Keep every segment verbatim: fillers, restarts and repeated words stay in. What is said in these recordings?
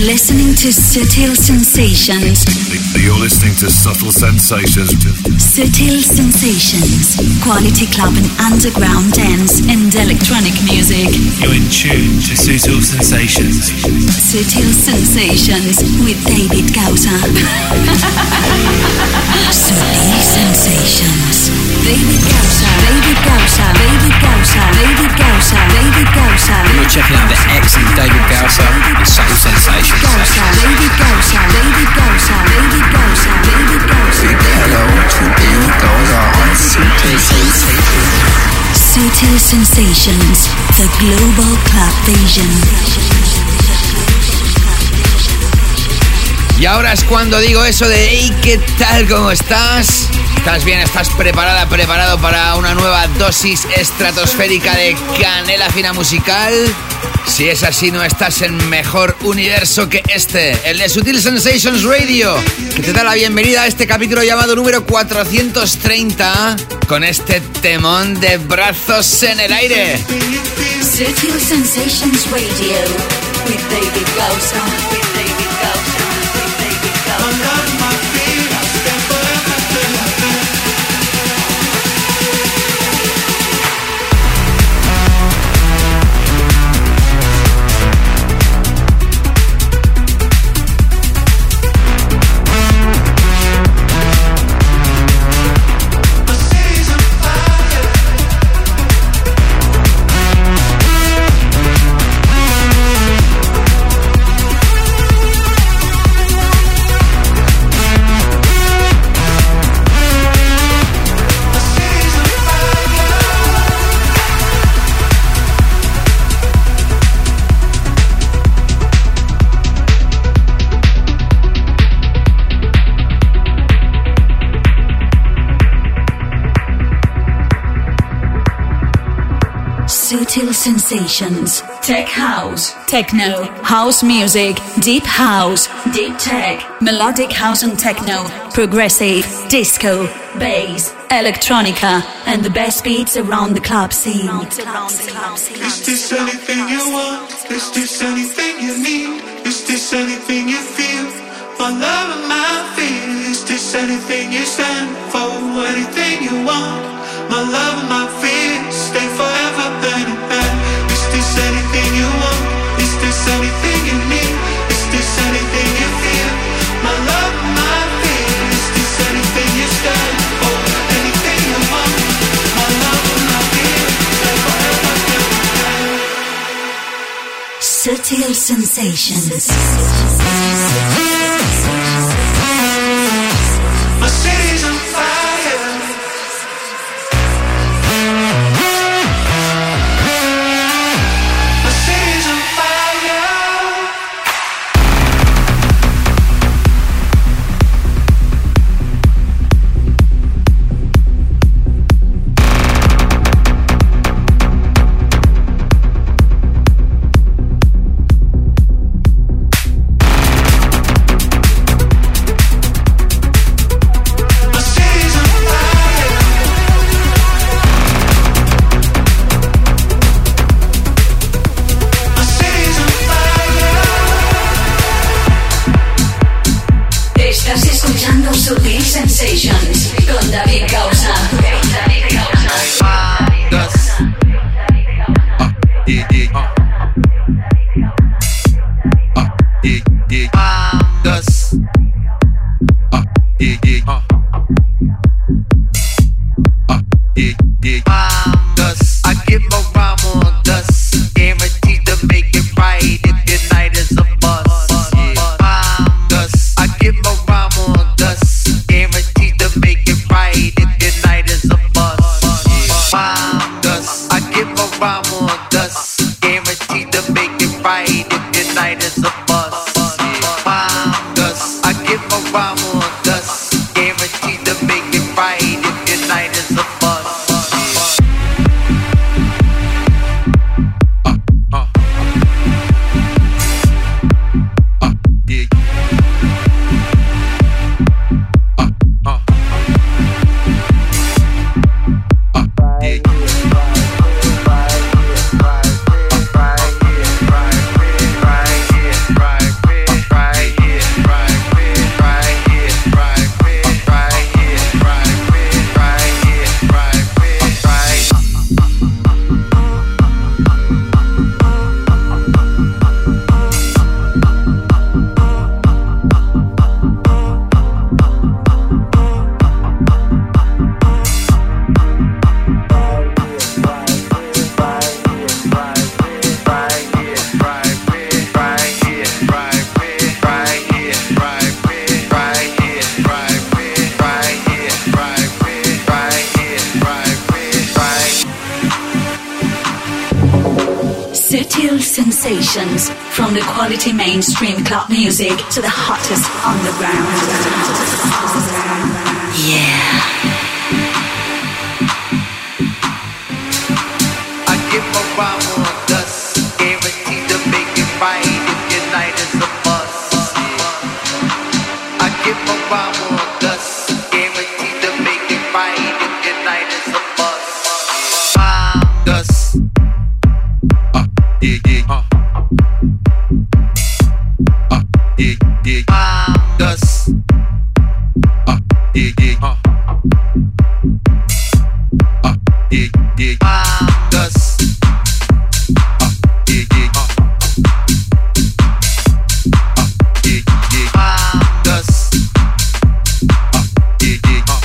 listening to Subtle Sensations. You're listening to Subtle Sensations. Subtle Sensations. Quality club and underground dance and electronic music. You're in tune to Subtle Sensations. Subtle Sensations with David Gausa. Subtle Sensations. David Gausa. David Gausa. David Gausa. David Gausa. David Gausa. You're checking out the excellent David Gausa with Subtle Sensations. Gausa. David Gausa. David Gausa. David Gausa. David Gausa. Hello to David Gausa on Subtle Sensations. Subtle Sensations, the global club vision. Y ahora es cuando digo eso de hey, ¿qué tal? ¿Cómo estás? ¿Estás bien? ¿Estás preparada? ¿Preparado para una nueva dosis estratosférica de canela fina musical? Si es así, no estás en mejor universo que este, el de Subtle Sensations Radio, que te da la bienvenida a este capítulo llamado número cuatrocientos treinta, con este temón de brazos en el aire. Subtle Sensations Radio, with David Gausa, with David Gausa, with David Gausa. Subtle Sensations, Tech House, Techno, House Music, Deep House, Deep Tech, Melodic House and Techno, Progressive, Disco, Bass, Electronica, and the best beats around the club scene. Is this anything you want? Is this anything you need? Is this anything you feel? My love and my fear. Is this anything you stand for? Anything you want? My love and my fear. Stay forever, baby. Is this anything you want? Is this anything you need? Is this anything you feel? My love and my fear. Is this anything you stand for? Anything you want? My love and my fear. Stay forever, baby. Subtle Sensations. My city's on fire. My city's on fire. Subtle Sensations con David Gausa. David Gausa. Uh, yeah, yeah. Uh, yeah, yeah. Gus. Uh, yeah, yeah. Uh, yeah, yeah. Gus. I give a rhyme on dust, guaranteed to make it right if your night is a bust. Yeah. Gus. I give a rhyme on dust, guaranteed to make it right if your night is a bust. Yeah. Gus. I give a rhyme on dust, guaranteed to make it right if your night is a bust. Yeah. Gus. I give a rhyme on dust, guaranteed to make it right if your night is a bust. Right, Sutil sensations, from the quality mainstream club music to the hottest underground. Yeah. I give my rhyme on dust, guaranteed to make it right if your night is a bust. I give my rhyme on dust, guaranteed to make it right if your night is a bust. Rhyme dust. Uh, yeah, yeah. Uh. Uh, yeah, yeah. Rhyme dust. Uh, yeah, yeah. Uh. Uh, yeah, yeah. Rhyme dust. Uh, yeah, yeah. Uh. Uh, yeah, yeah. Rhyme dust. Uh, yeah, yeah. Uh.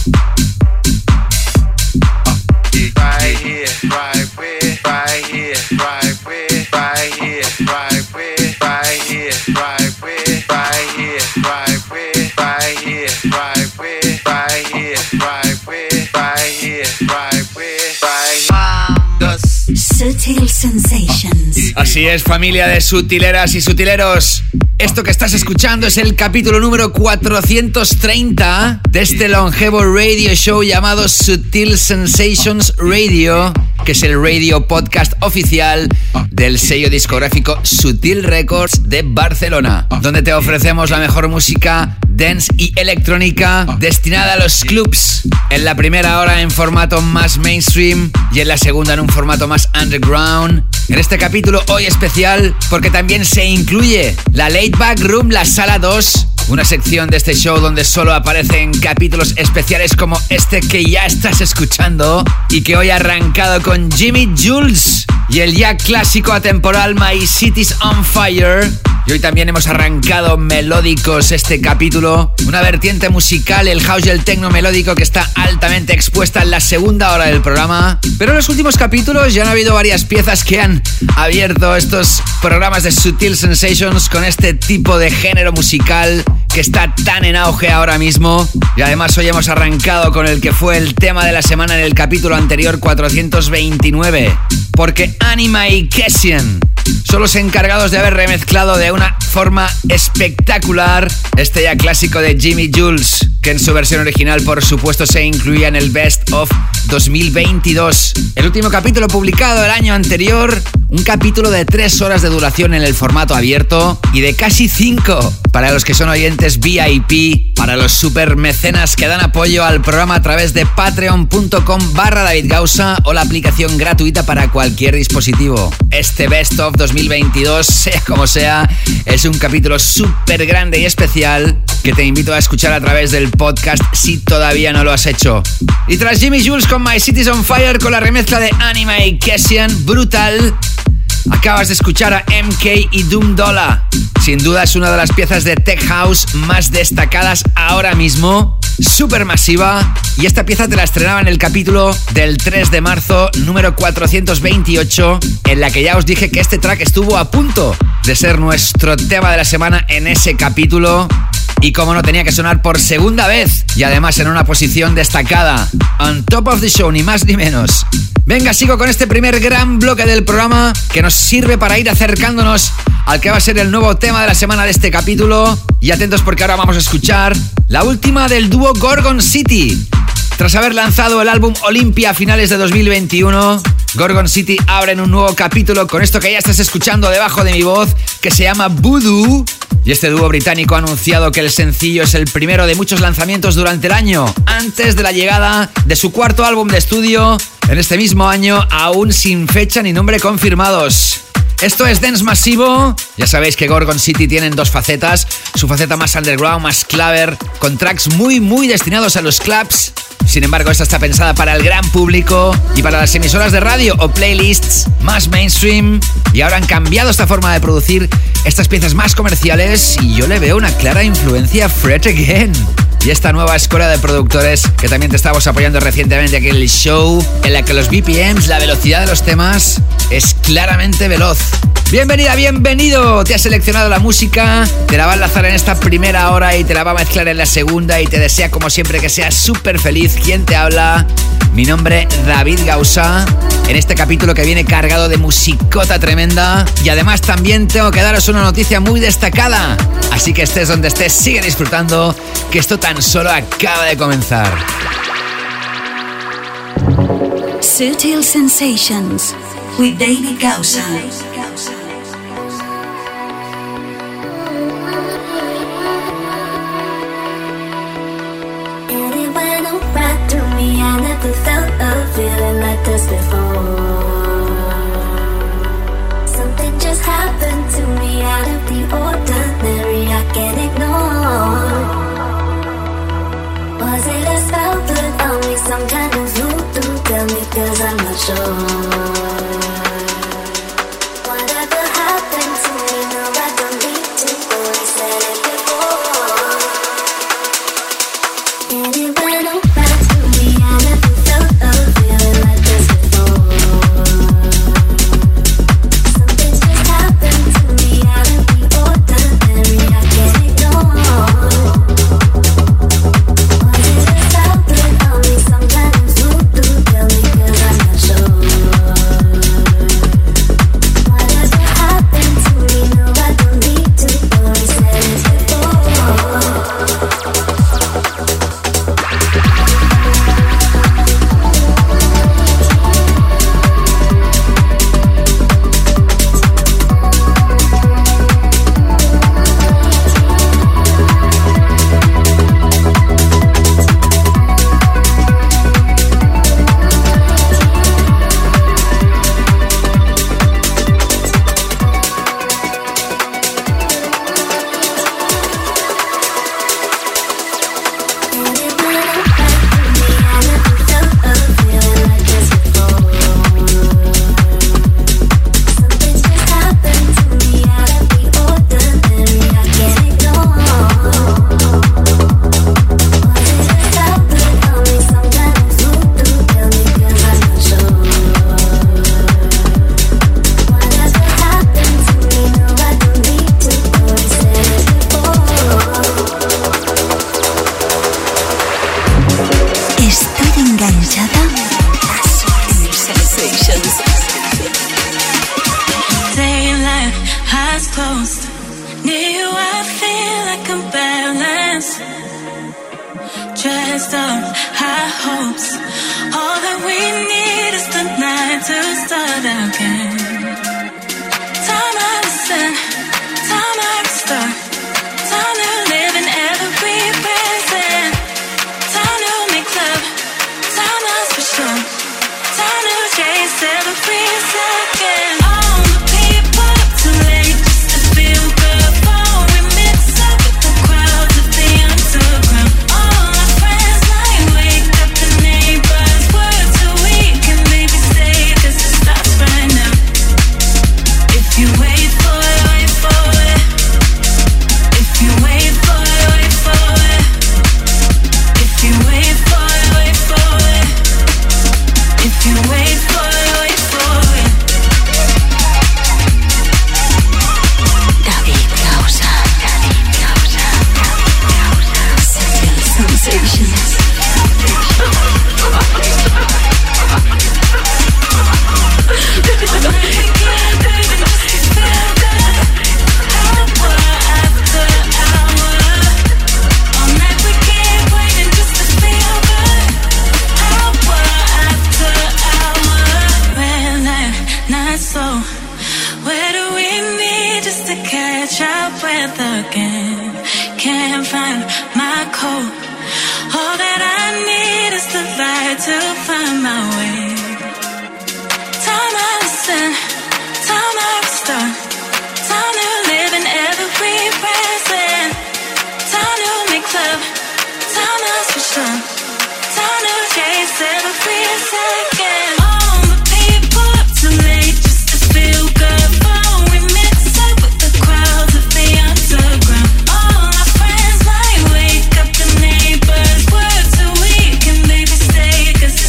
Uh, yeah, right here, right where, right here, right where, right here, right where, right here, right where, right here, right where, right here, right where, right here, right where, right here, right where, right here. Dust. Sutil sensations. Así es, familia de sutileras y sutileros. Esto que estás escuchando es el capítulo número cuatrocientos treinta de este longevo radio show llamado Sutil Sensations Radio, que es el radio podcast oficial del sello discográfico Sutil Records de Barcelona, donde te ofrecemos la mejor música dance y electrónica destinada a los clubs. En la primera hora en formato más mainstream y en la segunda en un formato más underground. En este capítulo hoy especial porque también se incluye la Late Back Room, la sala dos, una sección de este show donde solo aparecen capítulos especiales como este que ya estás escuchando y que hoy ha arrancado con Jimmy Jules y el ya clásico atemporal My City's on Fire. Y hoy también hemos arrancado melódicos este capítulo, una vertiente musical, el house y el techno melódico que está altamente expuesta en la segunda hora del programa. Pero en los últimos capítulos ya han habido varias piezas que han abierto estos programas de Sutil Sensations con este tipo de género musical que está tan en auge ahora mismo. Y además hoy hemos arrancado con el que fue el tema de la semana en el capítulo anterior cuatrocientos veintinueve, porque Anima y Kessian son los encargados de haber remezclado de una forma espectacular este ya clásico de Jimmy Jules, que en su versión original por supuesto se incluía en el Best of dos mil veintidós. El último capítulo publicado el año anterior, un capítulo de tres horas de duración en el formato abierto y de casi cinco para los que son oyentes V I P, para los super mecenas que dan apoyo al programa a través de patreon.com barra David Gausa o la aplicación gratuita para cualquier dispositivo. Este Best of dos mil veintidós, sea como sea, es un capítulo súper grande y especial que te invito a escuchar a través del podcast si todavía no lo has hecho. Y tras Jimmy Jules con My City's on Fire, con la remezcla de Anima y Kessian, brutal, acabas de escuchar a M K y Doom Dollar. Sin duda es una de las piezas de tech house más destacadas ahora mismo, súper masiva, y esta pieza te la estrenaba en el capítulo del tres de marzo, número cuatrocientos veintiocho, en la que ya os dije que este track estuvo a punto de ser nuestro tema de la semana en ese capítulo. Y como no, tenía que sonar por segunda vez y además en una posición destacada, on top of the show, ni más ni menos. Venga, sigo con este primer gran bloque del programa que nos sirve para ir acercándonos al que va a ser el nuevo tema de la semana de este capítulo. Y atentos porque ahora vamos a escuchar la última del dúo Gorgon City. Tras haber lanzado el álbum Olympia a finales de dos mil veintiuno, Gorgon City abre en un nuevo capítulo con esto que ya estás escuchando debajo de mi voz, que se llama Voodoo. Y este dúo británico ha anunciado que el sencillo es el primero de muchos lanzamientos durante el año, antes de la llegada de su cuarto álbum de estudio en este mismo año, aún sin fecha ni nombre confirmados. Esto es dance masivo. Ya sabéis que Gorgon City tienen dos facetas, su faceta más underground, más claver, con tracks muy muy destinados a los clubs. Sin embargo, esta está pensada para el gran público y para las emisoras de radio o playlists más mainstream. Y ahora han cambiado esta forma de producir estas piezas más comerciales y yo le veo una clara influencia Fred Again. Y esta nueva escuela de productores que también te estamos apoyando recientemente aquí en el show, en la que los B P Ms, la velocidad de los temas, es claramente veloz. Bienvenida, bienvenido. Te has seleccionado la música, te la va a enlazar en esta primera hora y te la va a mezclar en la segunda y te desea como siempre que seas súper feliz. ¿Quién te habla? Mi nombre, David Gausa. En este capítulo que viene cargado de musicota tremenda. Y además también tengo que daros una noticia muy destacada. Así que estés donde estés, sigue disfrutando, que esto tan solo acaba de comenzar. Sutil Sensations with David Gausa. I never felt a feeling like this before. Something just happened to me out of the ordinary, I can't ignore. Was it a spell put on me, some kind of voodoo? Tell me, cause I'm not sure. Whatever happened to me, no, I don't need to worry, said it before. And it went over.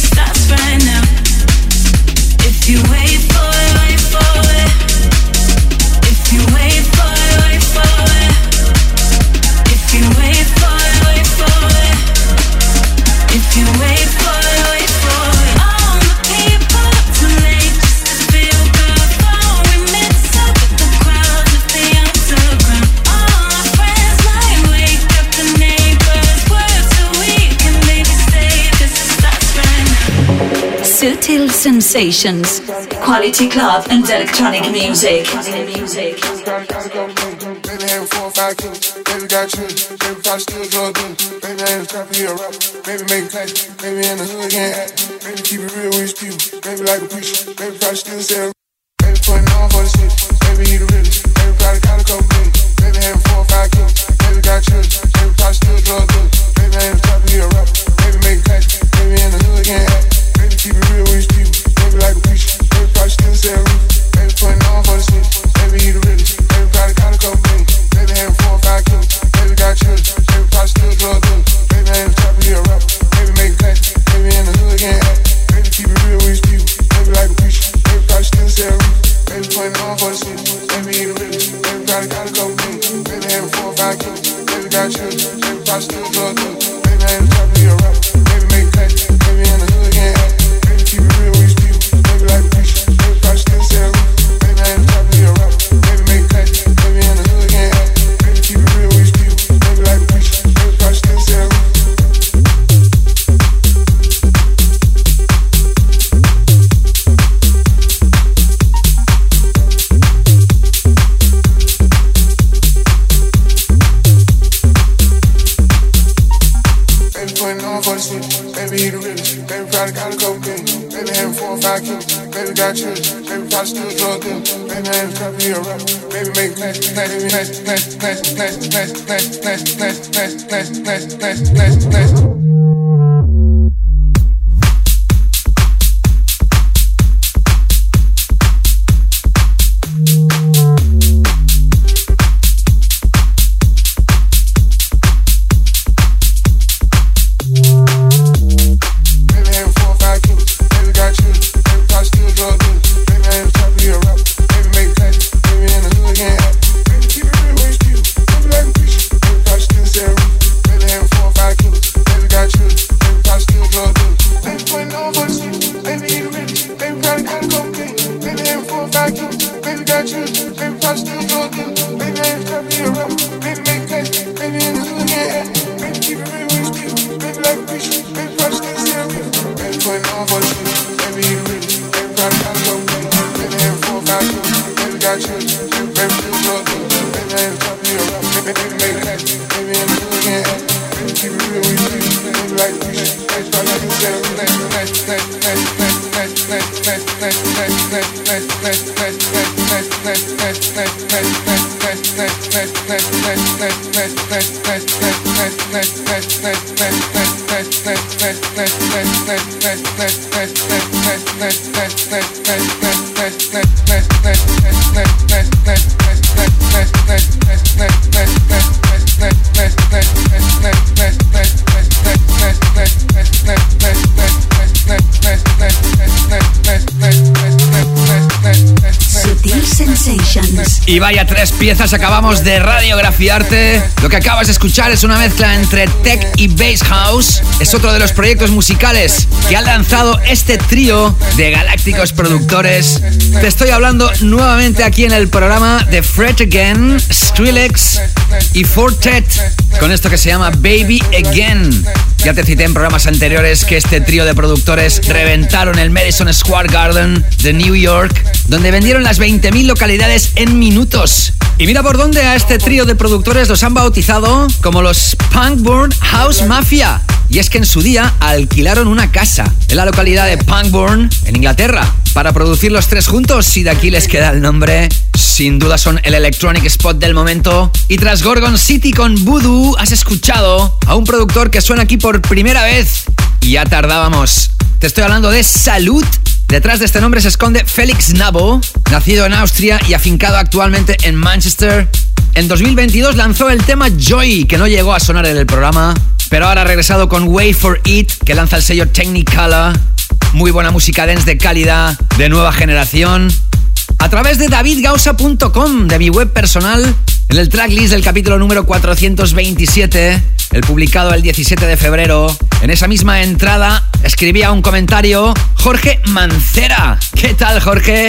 You wait for it, wait for it. Sensations, quality club and electronic music. music. Baby, having four or five kilos. Baby, got children. Baby, probably still drug dealer. Baby, I ain't trying to be a rapper. Baby, make classic. Baby, in the hood, can't act. Baby, keep it real with his people. Baby, like a preacher. Baby, probably still sell. Baby, putting on for the city. Baby, he the realest. Baby, probably got a couple million. Baby, having four or five kilos. Baby, got children. Baby, probably still drug dealer. Baby, I ain't trying to be a rapper. Baby, make classic. Baby, in the hood, can't act. Baby, keep it real with his people. Baby, like a preacher. Baby, probably still sell. Baby, putting on for the city. Baby, he the realest. Baby, probably got a couple million. Baby, having four or five kilos. Baby, got children. Baby, probably still drug dealer. Baby, I ain't trying to be a rapper. Baby, make classic. Baby, in the hood, can't act. Baby, keep it real with his people. Baby, like a preacher. Baby, probably still sell. Baby, putting on for the city. Baby, he the realest. Baby, probably got a couple million. Baby, having four or five kilos. Baby, got children. Baby, probably still drug dealer. Baby, I ain't trying to be a rapper. Baby, make classic. Baby, in the hood, can't act. Baby, keep it real with his people. Baby, like a preacher. Baby, probably still sell. Baby, I ain't trying to be a rapper. Baby, make classic. Baby, in the hood, can't act. Baby, keep it real with his people. Baby, like a preacher. Baby, probably still sell. Baby, he the realest. Baby, probably got a couple million. Baby, having four or five kilos. Baby, got children. Baby, probably still drug dealer. Baby, I ain't trying to be a rapper. Baby, make classic, classic, classic, classic, classic, classic, classic, classic, classic, classic, classic, classic, classic, classic, classic. Y vaya tres piezas acabamos de radiografiarte. Lo que acabas de escuchar es una mezcla entre tech y bass house. Es otro de los proyectos musicales que ha lanzado este trío de galácticos productores. Te estoy hablando nuevamente aquí en el programa de Fred Again, Skrillex y Fortet, con esto que se llama Baby Again. Ya te cité en programas anteriores que este trío de productores reventaron el Madison Square Garden de New York, donde vendieron las veinte mil localidades en minutos. Y mira por dónde a este trío de productores los han bautizado como los Punkburn House Mafia. Y es que en su día alquilaron una casa en la localidad de Punkburn, en Inglaterra, para producir los tres juntos, y de aquí les queda el nombre. Sin duda son el electronic spot del momento. Y tras Gorgon City con Voodoo, has escuchado a un productor que suena aquí por primera vez. Y ya tardábamos. Te estoy hablando de Salud. Detrás de este nombre se esconde Felix Nabo, nacido en Austria y afincado actualmente en Manchester. En dos mil veintidós lanzó el tema Joy, que no llegó a sonar en el programa, pero ahora ha regresado con Wait for It, que lanza el sello Technicolor. Muy buena música dance de calidad, de nueva generación. A través de david gausa punto com, de mi web personal, en el tracklist del capítulo número cuatrocientos veintisiete, el publicado el diecisiete de febrero, en esa misma entrada escribía un comentario Jorge Mancera. ¿Qué tal, Jorge?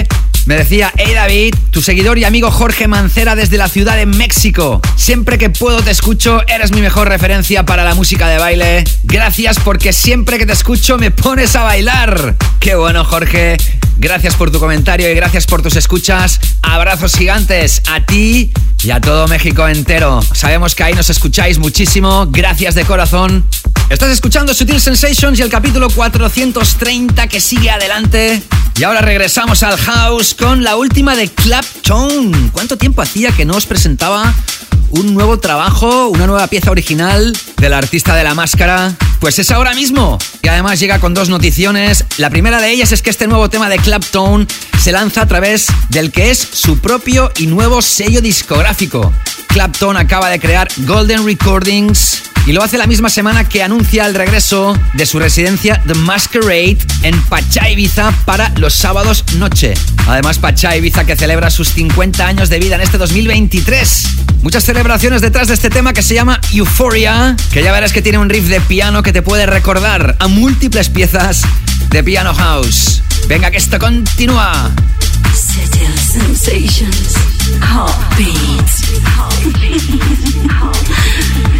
Me decía, hey David, tu seguidor y amigo Jorge Mancera desde la Ciudad de México. Siempre que puedo te escucho, eres mi mejor referencia para la música de baile. Gracias porque siempre que te escucho me pones a bailar. Qué bueno, Jorge. Gracias por tu comentario y gracias por tus escuchas. Abrazos gigantes a ti y a todo México entero. Sabemos que ahí nos escucháis muchísimo. Gracias de corazón. Estás escuchando Sutil Sensations y el capítulo cuatrocientos treinta que sigue adelante. Y ahora regresamos al house con la última de Claptone. ¿Cuánto tiempo hacía que no os presentaba un nuevo trabajo, una nueva pieza original del artista de la máscara? Pues es ahora mismo. Y además llega con dos noticiones. La primera de ellas es que este nuevo tema de Claptone se lanza a través del que es su propio y nuevo sello discográfico. Claptone acaba de crear Golden Recordings y lo hace la misma semana que anuncia el regreso de su residencia The Masquerade en Pachá, Ibiza para los sábados noche. Además, Pachá, Ibiza, que celebra sus cincuenta años de vida en este dos mil veintitrés. Muchas celebraciones detrás de este tema que se llama Euphoria, que ya verás que tiene un riff de piano que te puede recordar a múltiples piezas de Piano House. Venga, que esto continúa. Sutil Sensations, Heartbeats, Heartbeats, Heartbeats.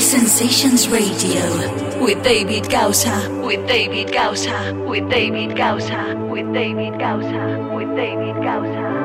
Sensations Radio with David Gausa, with David Gausa, with David Gausa, with David Gausa, with David Gausa.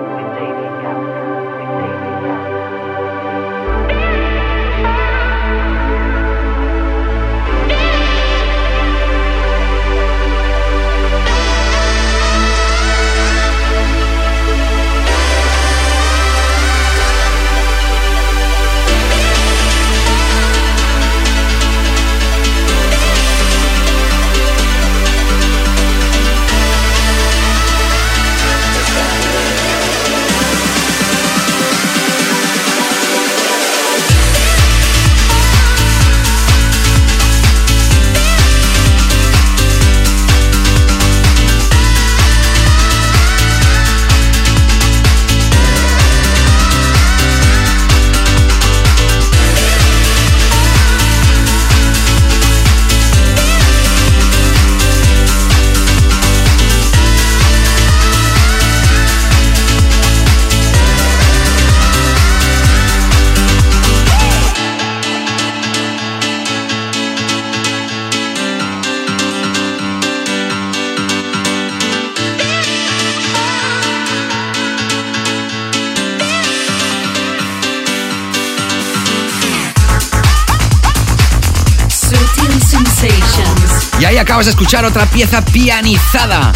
Y ahí acabas de escuchar otra pieza pianizada.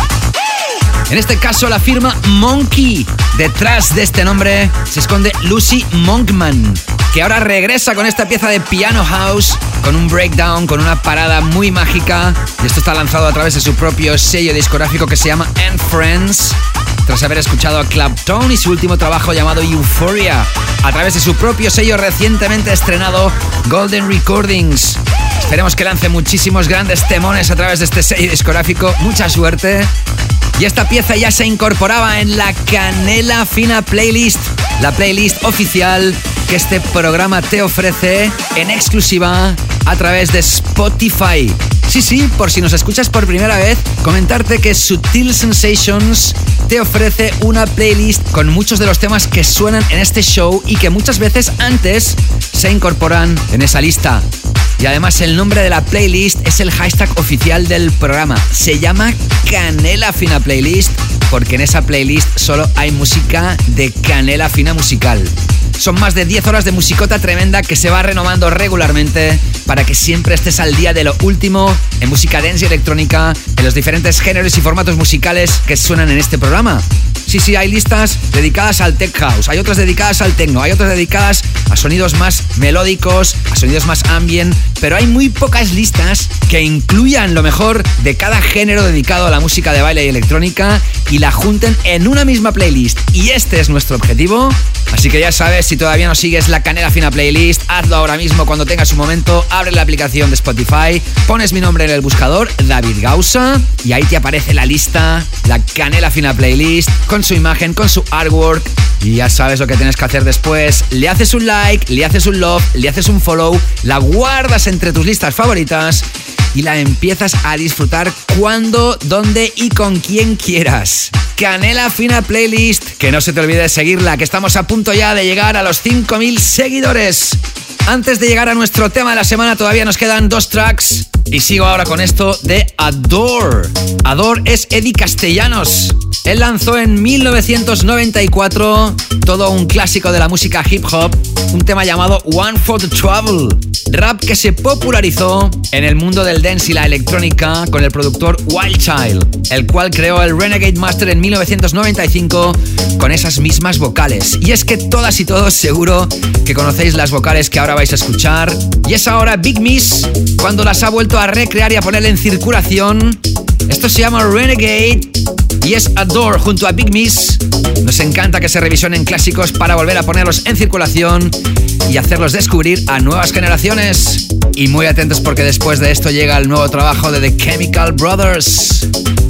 En este caso la firma Monkey. Detrás de este nombre se esconde Lucy Monkman, que ahora regresa con esta pieza de piano house, con un breakdown, con una parada muy mágica. Y esto está lanzado a través de su propio sello discográfico que se llama And Friends, tras haber escuchado a Clapton y su último trabajo llamado Euphoria, a través de su propio sello recientemente estrenado Golden Recordings. Esperemos que lance muchísimos grandes temones a través de este sello discográfico. Mucha suerte. Y esta pieza ya se incorporaba en la Canela Fina Playlist, la playlist oficial que este programa te ofrece en exclusiva a través de Spotify. Sí, sí, por si nos escuchas por primera vez, comentarte que Sutil Sensations te ofrece una playlist con muchos de los temas que suenan en este show y que muchas veces antes se incorporan en esa lista. Y además el nombre de la playlist es el hashtag oficial del programa. Se llama Canela Fina Playlist porque en esa playlist solo hay música de Canela Fina Musical. Son más de diez horas de musicota tremenda que se va renovando regularmente para que siempre estés al día de lo último en música dance y electrónica, en los diferentes géneros y formatos musicales que suenan en este programa. Sí, sí, hay listas dedicadas al tech house, hay otras dedicadas al techno, hay otras dedicadas a sonidos más melódicos, a sonidos más ambient, pero hay muy pocas listas que incluyan lo mejor de cada género dedicado a la música de baile y electrónica y la junten en una misma playlist. Y este es nuestro objetivo. Así que ya sabes, si todavía no sigues la Canela Fina Playlist, hazlo ahora mismo cuando tengas un momento, abre la aplicación de Spotify, pones mi nombre en el buscador, David Gausa, y ahí te aparece la lista, la Canela Fina Playlist, con su imagen, con su artwork, y ya sabes lo que tienes que hacer después. Le haces un like, le haces un love, le haces un follow, la guardas entre tus listas favoritas y la empiezas a disfrutar cuando, dónde y con quien quieras. Canela Fina Playlist, que no se te olvide seguirla, que estamos a punto ya de llegar a los cinco mil seguidores. Antes de llegar a nuestro tema de la semana todavía nos quedan dos tracks y sigo ahora con esto de Adore. Adore es Eddie Castellanos. Él lanzó en mil novecientos noventa y cuatro todo un clásico de la música hip hop, un tema llamado One for the Trouble, rap que se popularizó en el mundo del dance y la electrónica con el productor Wild Child, el cual creó el Renegade Master en mil novecientos noventa y cinco con esas mismas vocales. Y es que todas y todos seguro que conocéis las vocales que ahora vais a escuchar, y es ahora Big Miss cuando las ha vuelto a recrear y a poner en circulación. Esto se llama Renegade y es Adore junto a Big Miss. Nos encanta que se revisionen clásicos para volver a ponerlos en circulación y hacerlos descubrir a nuevas generaciones. Y muy atentos porque después de esto llega el nuevo trabajo de The Chemical Brothers.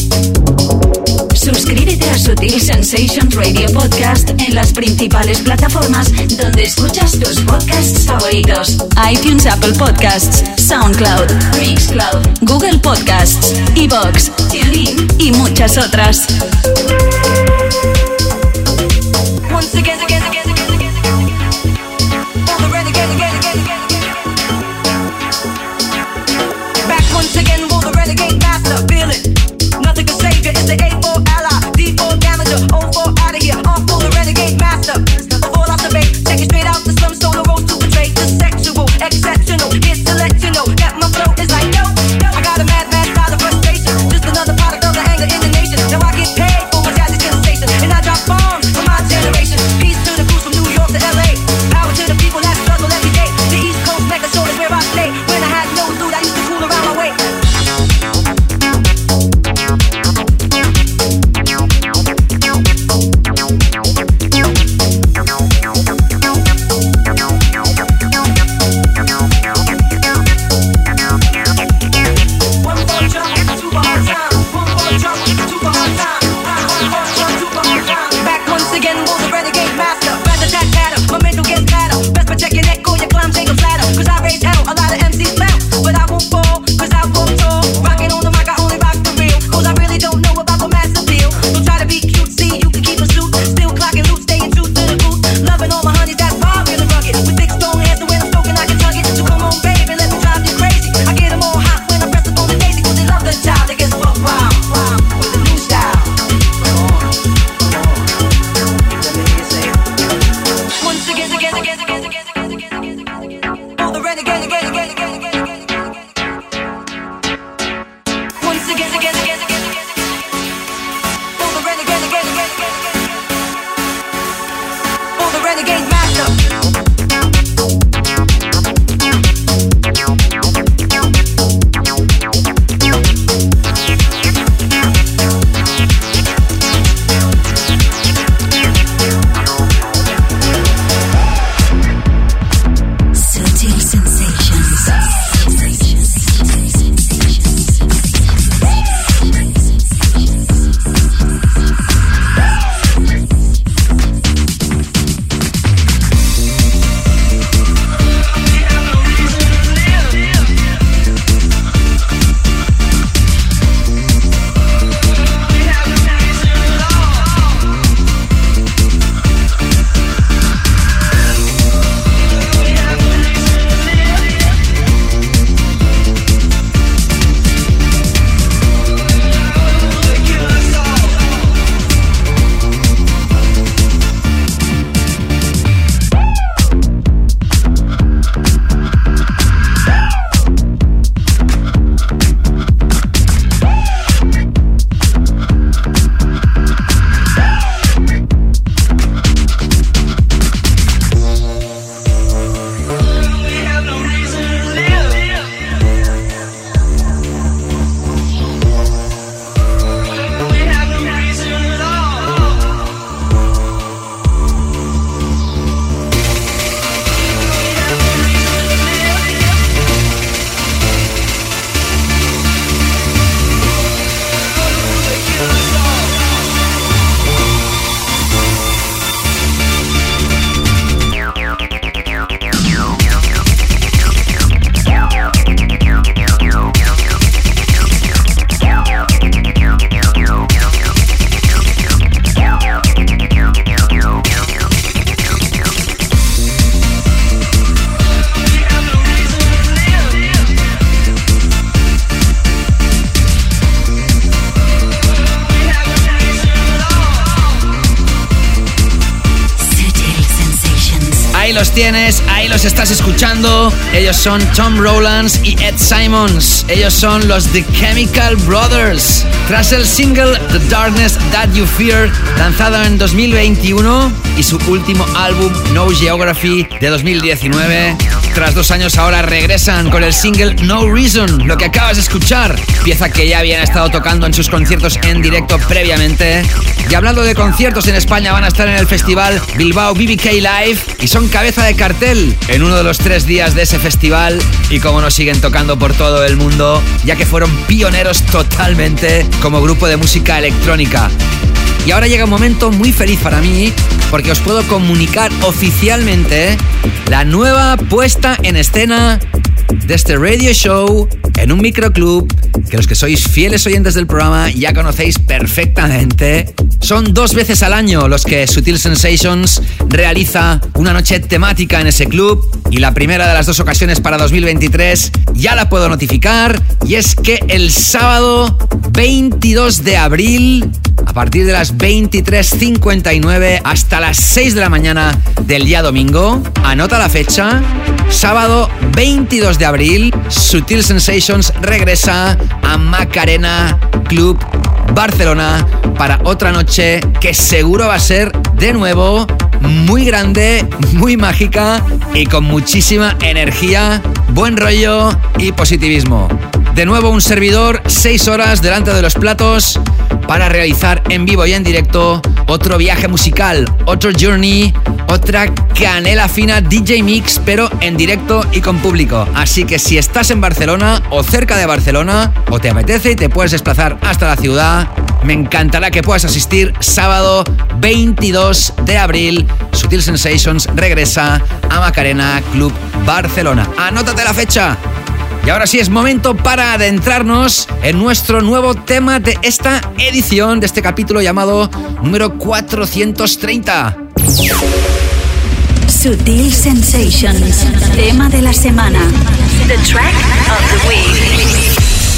Suscríbete a Sutil Sensations Radio Podcast en las principales plataformas donde escuchas tus podcasts favoritos: iTunes, Apple Podcasts, SoundCloud, Mixcloud, Google Podcasts, iVoox, TuneIn y muchas otras. Once again, again, again, again, again. On the renegade, again, again, again, again. los tienes, ahí los estás escuchando. Ellos son Tom Rowlands y Ed Simons. Ellos son los The Chemical Brothers. Tras el single The Darkness That You Fear, lanzado en dos mil veintiuno, y su último álbum No Geography de dos mil diecinueve, tras dos años ahora regresan con el single No Reason, lo que acabas de escuchar, pieza que ya habían estado tocando en sus conciertos en directo previamente. Y hablando de conciertos, en España van a estar en el festival Bilbao B B K Live y son cabeza de cartel en uno de los tres días de ese festival, y como nos siguen tocando por todo el mundo, ya que fueron pioneros totalmente como grupo de música electrónica. Y ahora llega un momento muy feliz para mí, porque os puedo comunicar oficialmente la nueva puesta en escena de este radio show en un microclub que los que sois fieles oyentes del programa ya conocéis perfectamente. Son dos veces al año los que Sutil Sensations realiza una noche temática en ese club, y la primera de las dos ocasiones para dos mil veintitrés ya la puedo notificar, y es que el sábado veintidós de abril, a partir de las veintitrés cincuenta y nueve hasta las seis de la mañana del día domingo, anota la fecha, sábado veintidós de abril, Sutil Sensations regresa a Macarena Club Barcelona para otra noche que seguro va a ser de nuevo muy grande, muy mágica y con muchísima energía, buen rollo y positivismo. De nuevo un servidor, seis horas delante de los platos para realizar en vivo y en directo otro viaje musical, otro journey, otra canela fina D J Mix, pero en directo y con público. Así que si estás en Barcelona o cerca de Barcelona, o te apetece y te puedes desplazar hasta la ciudad, me encantará que puedas asistir. Sábado veintidós de abril, Sutil Sensations regresa a Macarena Club Barcelona. Anótate la fecha. Y ahora sí es momento para adentrarnos en nuestro nuevo tema de esta edición, de este capítulo llamado número cuatrocientos treinta. Sutil Sensations, tema de la semana. The track of the week.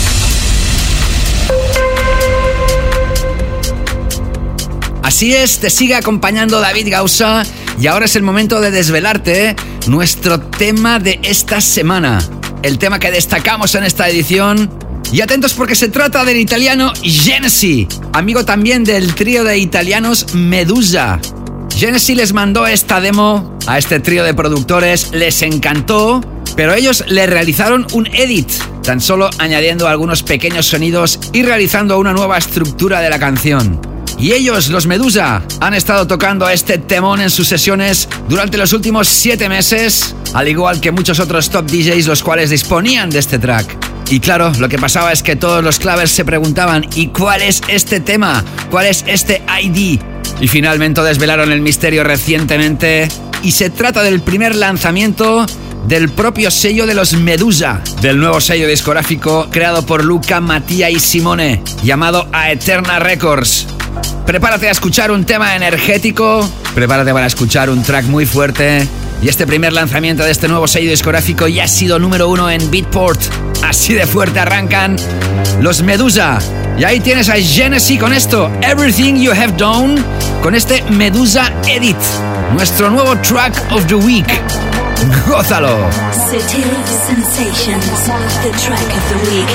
Así es, te sigue acompañando David Gausa, y ahora es el momento de desvelarte nuestro tema de esta semana. El tema que destacamos en esta edición. Y atentos porque se trata del italiano Genesi, amigo también del trío de italianos Medusa. Genesi les mandó esta demo a este trío de productores, les encantó, pero ellos le realizaron un edit, tan solo añadiendo algunos pequeños sonidos y realizando una nueva estructura de la canción. Y ellos, los Medusa, han estado tocando este temón en sus sesiones durante los últimos siete meses, al igual que muchos otros top D Js los cuales disponían de este track. Y claro, lo que pasaba es que todos los clavers se preguntaban: ¿y cuál es este tema? ¿Cuál es este I D? Y finalmente desvelaron el misterio recientemente, y se trata del primer lanzamiento del propio sello de los Medusa, del nuevo sello discográfico creado por Luca, Mattia y Simone, llamado Aeterna Records. Prepárate a escuchar un tema energético, prepárate para escuchar un track muy fuerte. Y este primer lanzamiento de este nuevo sello discográfico ya ha sido número uno en Beatport. Así de fuerte arrancan los Medusa. Y ahí tienes a Genesi con esto, Everything You Have Done, con este Medusa Edit, nuestro nuevo track of the week. ¡Gózalo! Sutil Sensations, the track of the week.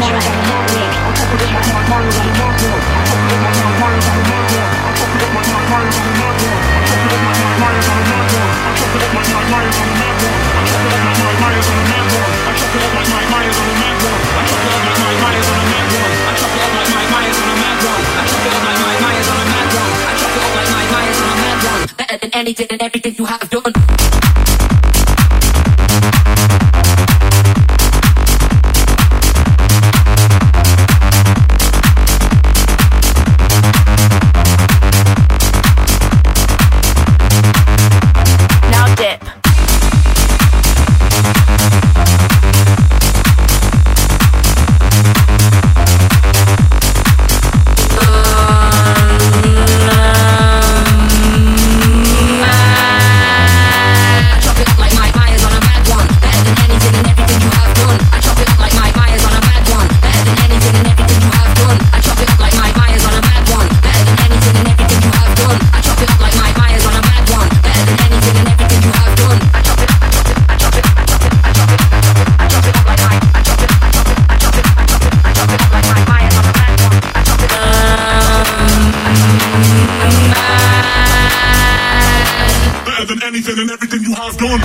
Anything and everything you have done. Now dip. Drop it. anything and everything you have done.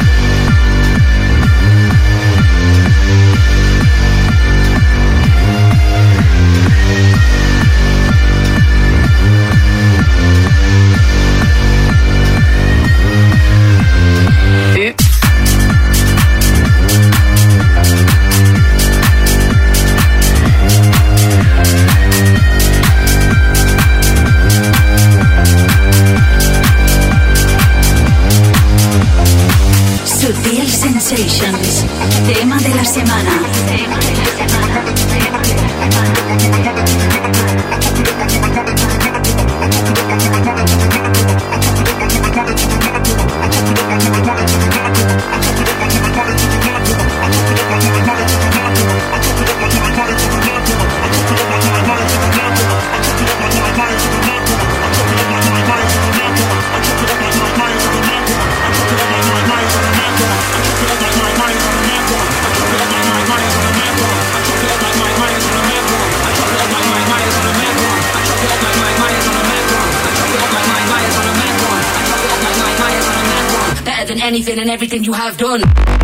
Sutil Sensations, tema de la semana. Tema de la semana. Tema de la Than anything and everything you have done.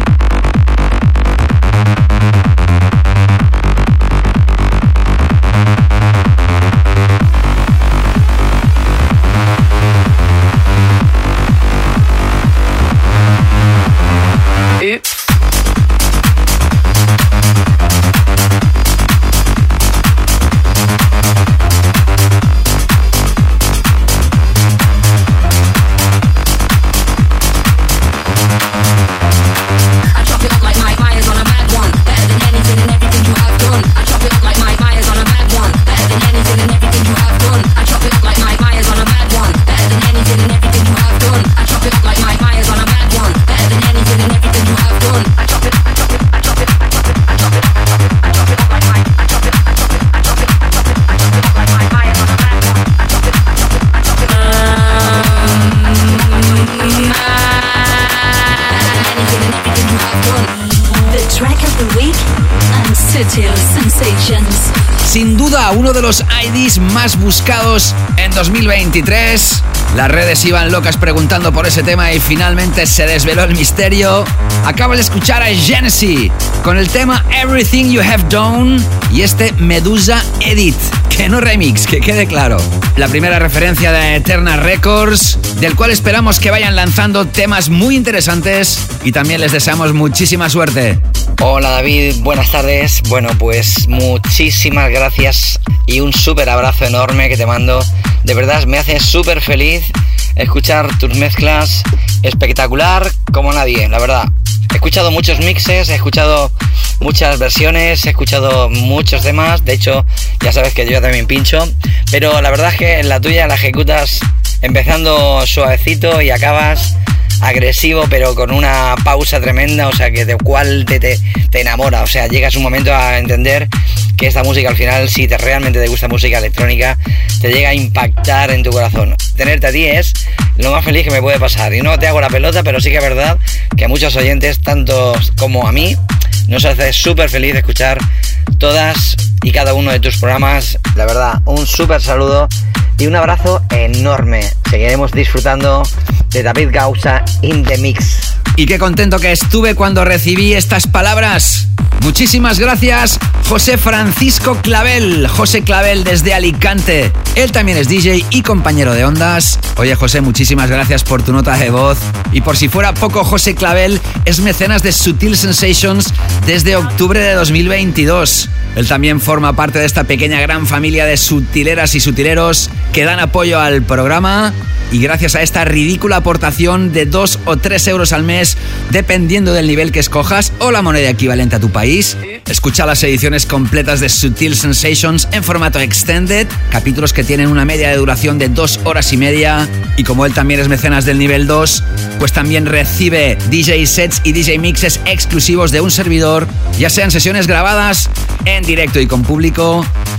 Sin duda, uno de los I Ds más buscados en dos mil veintitrés. Las redes iban locas preguntando por ese tema y finalmente se desveló el misterio. Acabas de escuchar a Genesee con el tema Everything You Have Done y este Medusa Edit, que no remix, que quede claro. La primera referencia de Eterna Records, del cual esperamos que vayan lanzando temas muy interesantes y también les deseamos muchísima suerte. Hola David, buenas tardes. Bueno, pues muchísimas gracias y un súper abrazo enorme que te mando. De verdad me hace súper feliz escuchar tus mezclas, espectacular como nadie, la verdad. He escuchado muchos mixes, he escuchado muchas versiones, he escuchado muchos temas. De hecho, ya sabes que yo también pincho, pero la verdad es que en la tuya la ejecutas empezando suavecito y acabas agresivo, pero con una pausa tremenda, o sea, que de cual te, te, te enamora. O sea, llegas un momento a entender que esta música al final, si te realmente te gusta música electrónica, te llega a impactar en tu corazón. Tenerte a ti es lo más feliz que me puede pasar. Y no te hago la pelota, pero sí que es verdad que a muchos oyentes, tantos como a mí, nos hace súper feliz escuchar todas y cada uno de tus programas. La verdad, un súper saludo y un abrazo enorme. Seguiremos disfrutando de David Gausa in the Mix. Y qué contento que estuve cuando recibí estas palabras. Muchísimas gracias, José Francisco Clavel. José Clavel desde Alicante. Él también es D J y compañero de ondas. Oye, José, muchísimas gracias por tu nota de voz. Y por si fuera poco, José Clavel es mecenas de Sutil Sensations desde octubre de dos mil veintidós. Él también forma parte de esta pequeña gran familia de sutileras y sutileros que dan apoyo al programa. Y gracias a esta ridícula aportación de dos o tres euros al mes, dependiendo del nivel que escojas o la moneda equivalente a tu país, escucha las ediciones completas de Sutil Sensations en formato extended, capítulos que tienen una media de duración de dos horas y media. Y como él también es mecenas del nivel dos, pues también recibe D J sets y D J mixes exclusivos de un servidor, ya sean sesiones grabadas en directo y con público,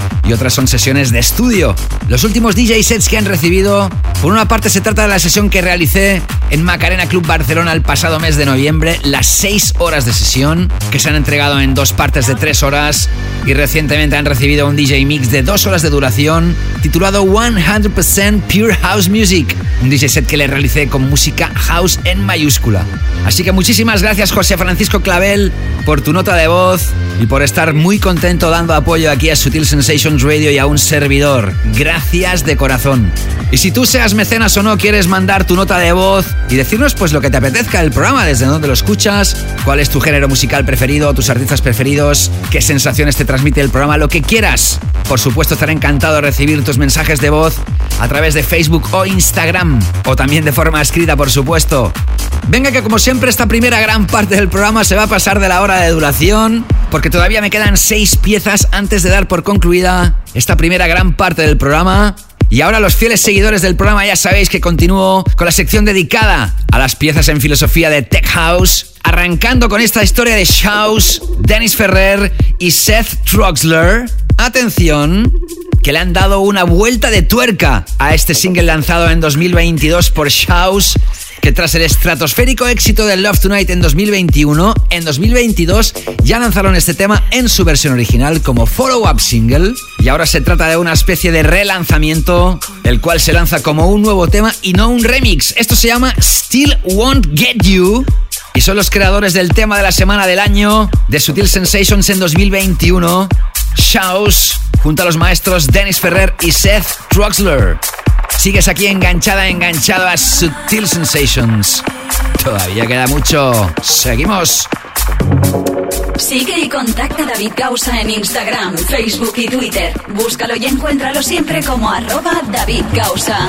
y otras son sesiones de estudio. Los últimos D J sets que han recibido, por una parte se trata de la sesión que realicé en Macarena Club Barcelona el pasado mes de noviembre, las seis horas de sesión que se han entregado en dos partes de tres horas, y recientemente han recibido un D J mix de dos horas de duración titulado cien por ciento Pure House Music, un D J set que le realicé con música house en mayúscula. Así que muchísimas gracias, José Francisco Clavel, por tu nota de voz y por estar muy contento dando apoyo aquí a Sutil Sensations Radio y a un servidor. Gracias de corazón. Y si tú, seas mecenas o no, quieres mandar tu nota de voz y decirnos pues lo que te apetezca del programa, desde dónde lo escuchas, cuál es tu género musical preferido, tus artistas preferidos, qué sensaciones te transmite el programa, lo que quieras. Por supuesto, estaré encantado de recibir tus mensajes de voz a través de Facebook o Instagram, o también de forma escrita, por supuesto. Venga, que como siempre esta primera gran parte del programa se va a pasar de la hora de duración, porque todavía me quedan seis piezas antes de dar por concluida esta primera gran parte del programa. Y ahora, los fieles seguidores del programa ya sabéis que continúo con la sección dedicada a las piezas en filosofía de Tech House, arrancando con esta historia de Shouse, Dennis Ferrer y Seth Troxler. Atención, que le han dado una vuelta de tuerca a este single lanzado en dos mil veintidós por Shouse, que tras el estratosférico éxito de Love Tonight en dos mil veintiuno, en dos mil veintidós ya lanzaron este tema en su versión original como follow-up single, y ahora se trata de una especie de relanzamiento, el cual se lanza como un nuevo tema y no un remix. Esto se llama Still Won't Get You, y son los creadores del tema de la semana del año de Sutil Sensations en dos mil veintiuno, Shouse, junto a los maestros Dennis Ferrer y Seth Troxler. Sigues aquí enganchada, enganchado a Sutil Sensations. Todavía queda mucho. Seguimos. Sigue y contacta a David Gausa en Instagram, Facebook y Twitter. Búscalo y encuéntralo siempre como arroba David Gausa.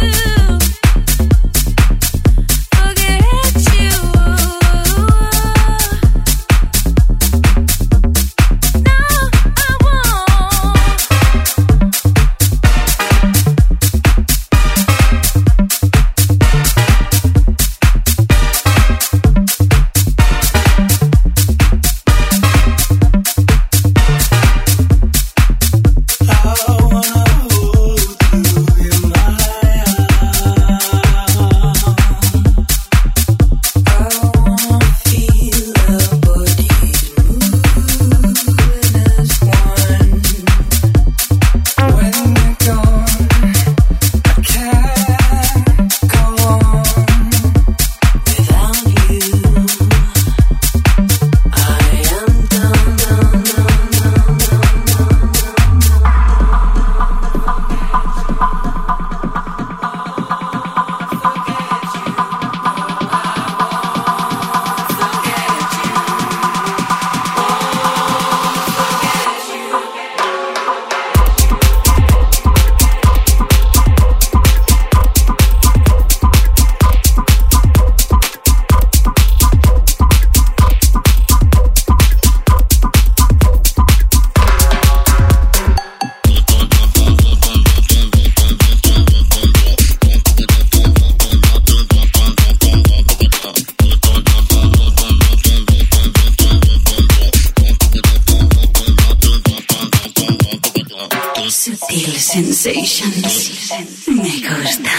Forget you. Sutil Sensations. Me gusta.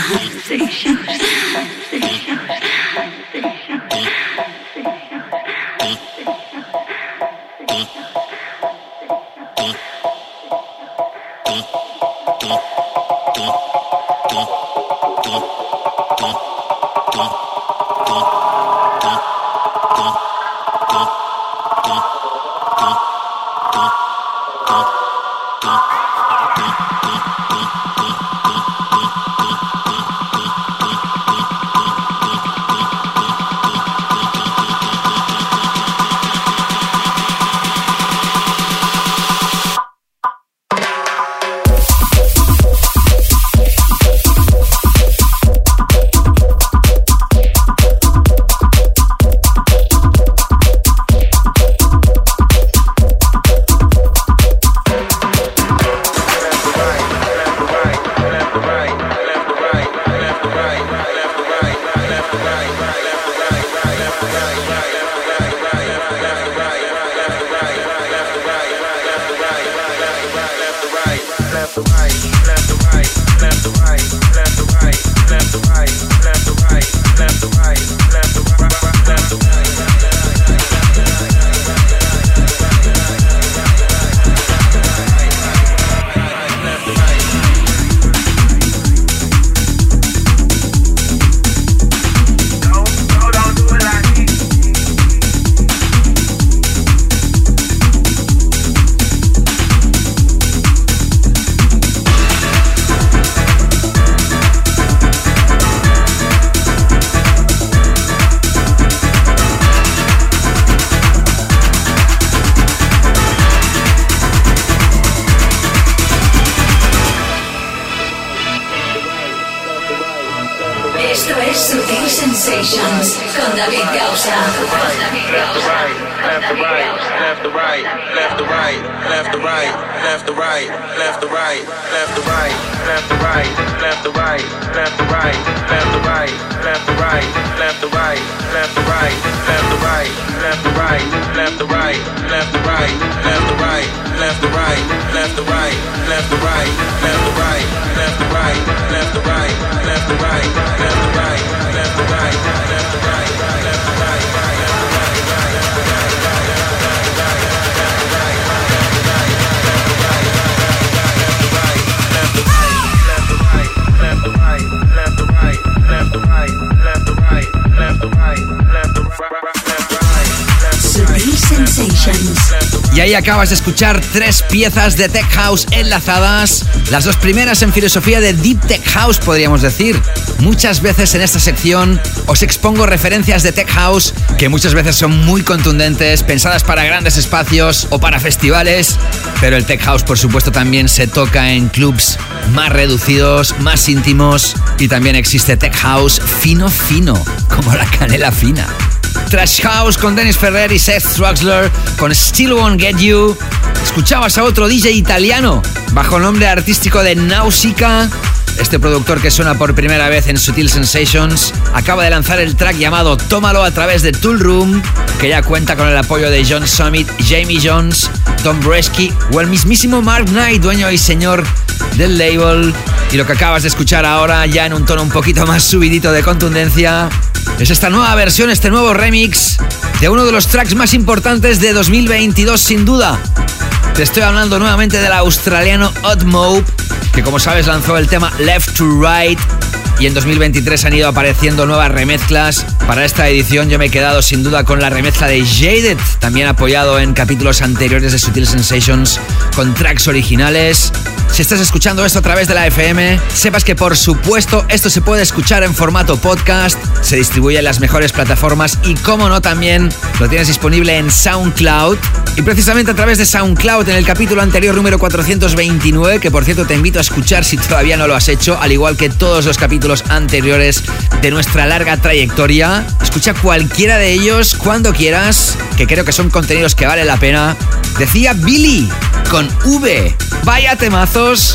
Y ahí acabas de escuchar tres piezas de Tech House enlazadas, las dos primeras en filosofía de Deep Tech House, podríamos decir. Muchas veces en esta sección os expongo referencias de Tech House que muchas veces son muy contundentes, pensadas para grandes espacios o para festivales, pero el Tech House, por supuesto, también se toca en clubs más reducidos, más íntimos, y también existe Tech House fino fino, como la canela fina. Trash House con Dennis Ferrer y Seth Troxler con Still Won't Get You. Escuchabas a otro D J italiano bajo el nombre artístico de Nausicaa. Este productor, que suena por primera vez en Sutil Sensations, acaba de lanzar el track llamado Tómalo a través de Tool Room, que ya cuenta con el apoyo de John Summit, Jamie Jones, Tom Bresky o el mismísimo Mark Knight, dueño y señor del label. Y lo que acabas de escuchar ahora, ya en un tono un poquito más subidito de contundencia, es esta nueva versión, este nuevo remix de uno de los tracks más importantes de dos mil veintidós, sin duda. Te estoy hablando nuevamente del australiano Odd Mob, que, como sabes, lanzó el tema Left to Right, y en dos mil veintitrés han ido apareciendo nuevas remezclas. Para esta edición yo me he quedado sin duda con la remezcla de Jaded, también apoyado en capítulos anteriores de Sutil Sensations con tracks originales. Si estás escuchando esto a través de la F M, sepas que, por supuesto, esto se puede escuchar en formato podcast, se distribuye en las mejores plataformas y, como no, también lo tienes disponible en SoundCloud. Y precisamente a través de SoundCloud, en el capítulo anterior número cuatrocientos veintinueve, que por cierto te invito a escuchar si todavía no lo has hecho, al igual que todos los capítulos anteriores de nuestra larga trayectoria, escucha cualquiera de ellos cuando quieras, que creo que son contenidos que vale la pena. Decía Billy con V. Vaya temazos.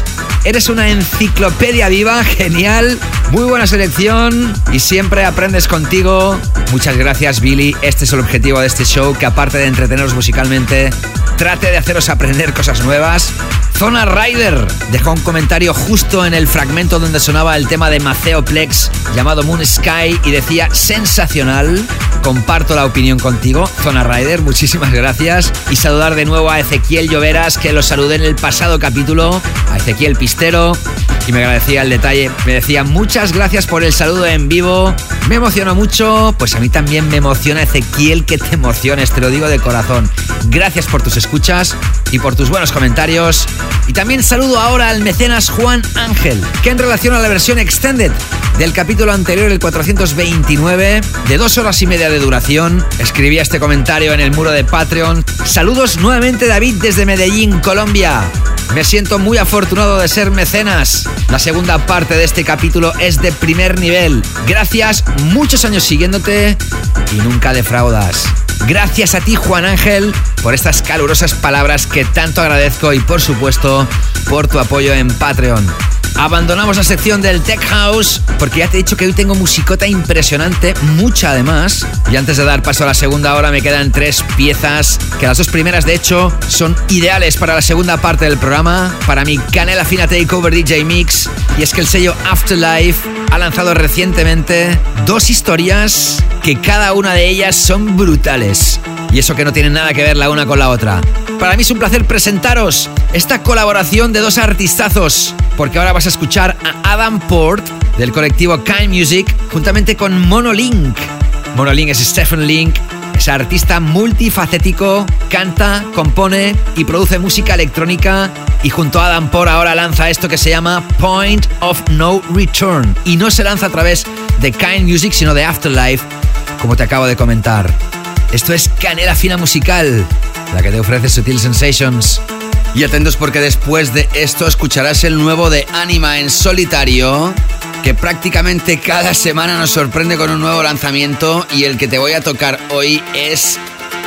Eres una enciclopedia viva, genial, muy buena selección y siempre aprendes contigo. Muchas gracias, Billy. Este es el objetivo de este show, que aparte de entreteneros musicalmente, trate de haceros aprender cosas nuevas. Zona Rider dejó un comentario justo en el fragmento donde sonaba el tema de Maceo Plex llamado Moon Sky y decía: sensacional. Comparto la opinión contigo, Zona Rider, muchísimas gracias. Y saludar de nuevo a Ezequiel Lloveras, que lo saludé en el pasado capítulo, a Ezequiel Pistero, y me agradecía el detalle. Me decía: muchas gracias por el saludo en vivo, me emocionó mucho. Pues a mí también me emociona, Ezequiel, que te emociones, te lo digo de corazón. Gracias por tus escuchas y por tus buenos comentarios. Y también saludo ahora al mecenas Juan Ángel, que en relación a la versión extended del capítulo anterior, el cuatrocientos veintinueve, de dos horas y media de duración, escribía este comentario en el muro de Patreon: saludos nuevamente, David, desde Medellín, Colombia. Me siento muy afortunado de ser mecenas. La segunda parte de este capítulo es de primer nivel. Gracias, muchos años siguiéndote y nunca defraudas. Gracias a ti, Juan Ángel, por estas calurosas palabras que tanto agradezco y, por supuesto, por tu apoyo en Patreon. Abandonamos la sección del Tech House porque ya te he dicho que hoy tengo musicota impresionante, mucha además. Y antes de dar paso a la segunda hora me quedan tres piezas, que las dos primeras de hecho son ideales para la segunda parte del programa, para mi Canela Fina Takeover D J Mix. Y es que el sello Afterlife ha lanzado recientemente dos historias que cada una de ellas son brutales. Y eso que no tienen nada que ver la una con la otra. Para mí es un placer presentaros esta colaboración de dos artistazos, porque ahora vas a escuchar a Adam Port del colectivo Kind Music juntamente con Monolink. Monolink es Stephen Link, es artista multifacético, canta, compone y produce música electrónica, y junto a Adam Port ahora lanza esto que se llama Point of No Return, y no se lanza a través de Kind Music sino de Afterlife, como te acabo de comentar. Esto es Canela Fina Musical, la que te ofrece Sutil Sensations. Y atentos porque después de esto escucharás el nuevo de Anima en solitario, que prácticamente cada semana nos sorprende con un nuevo lanzamiento, y el que te voy a tocar hoy es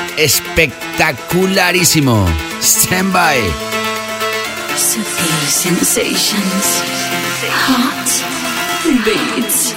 espectacularísimo. Stand by. Sutil Sensations. Hot Beats.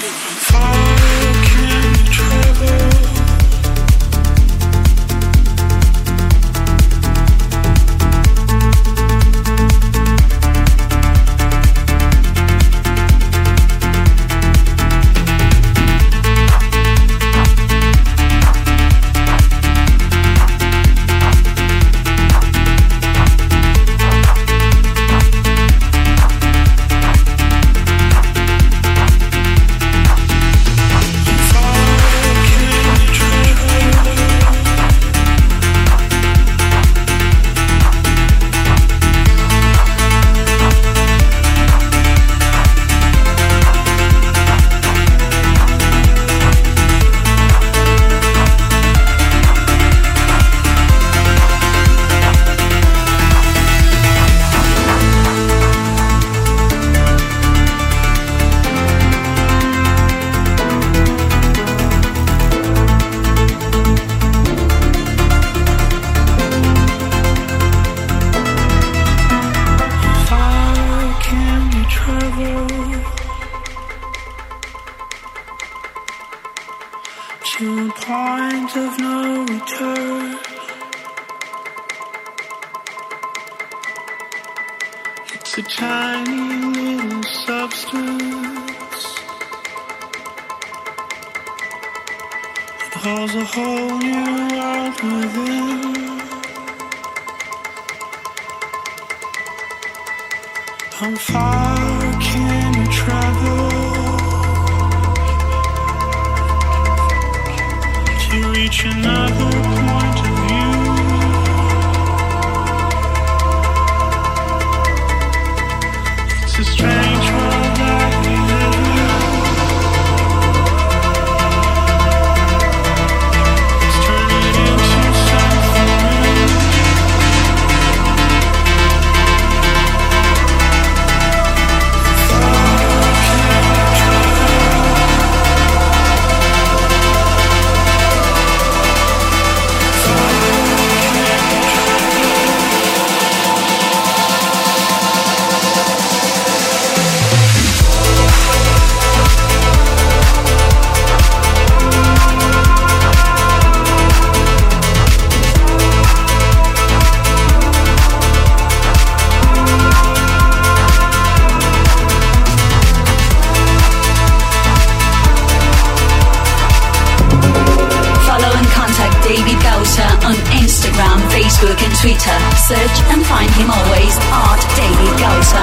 Facebook and Twitter. Search and find him always at David Gausa.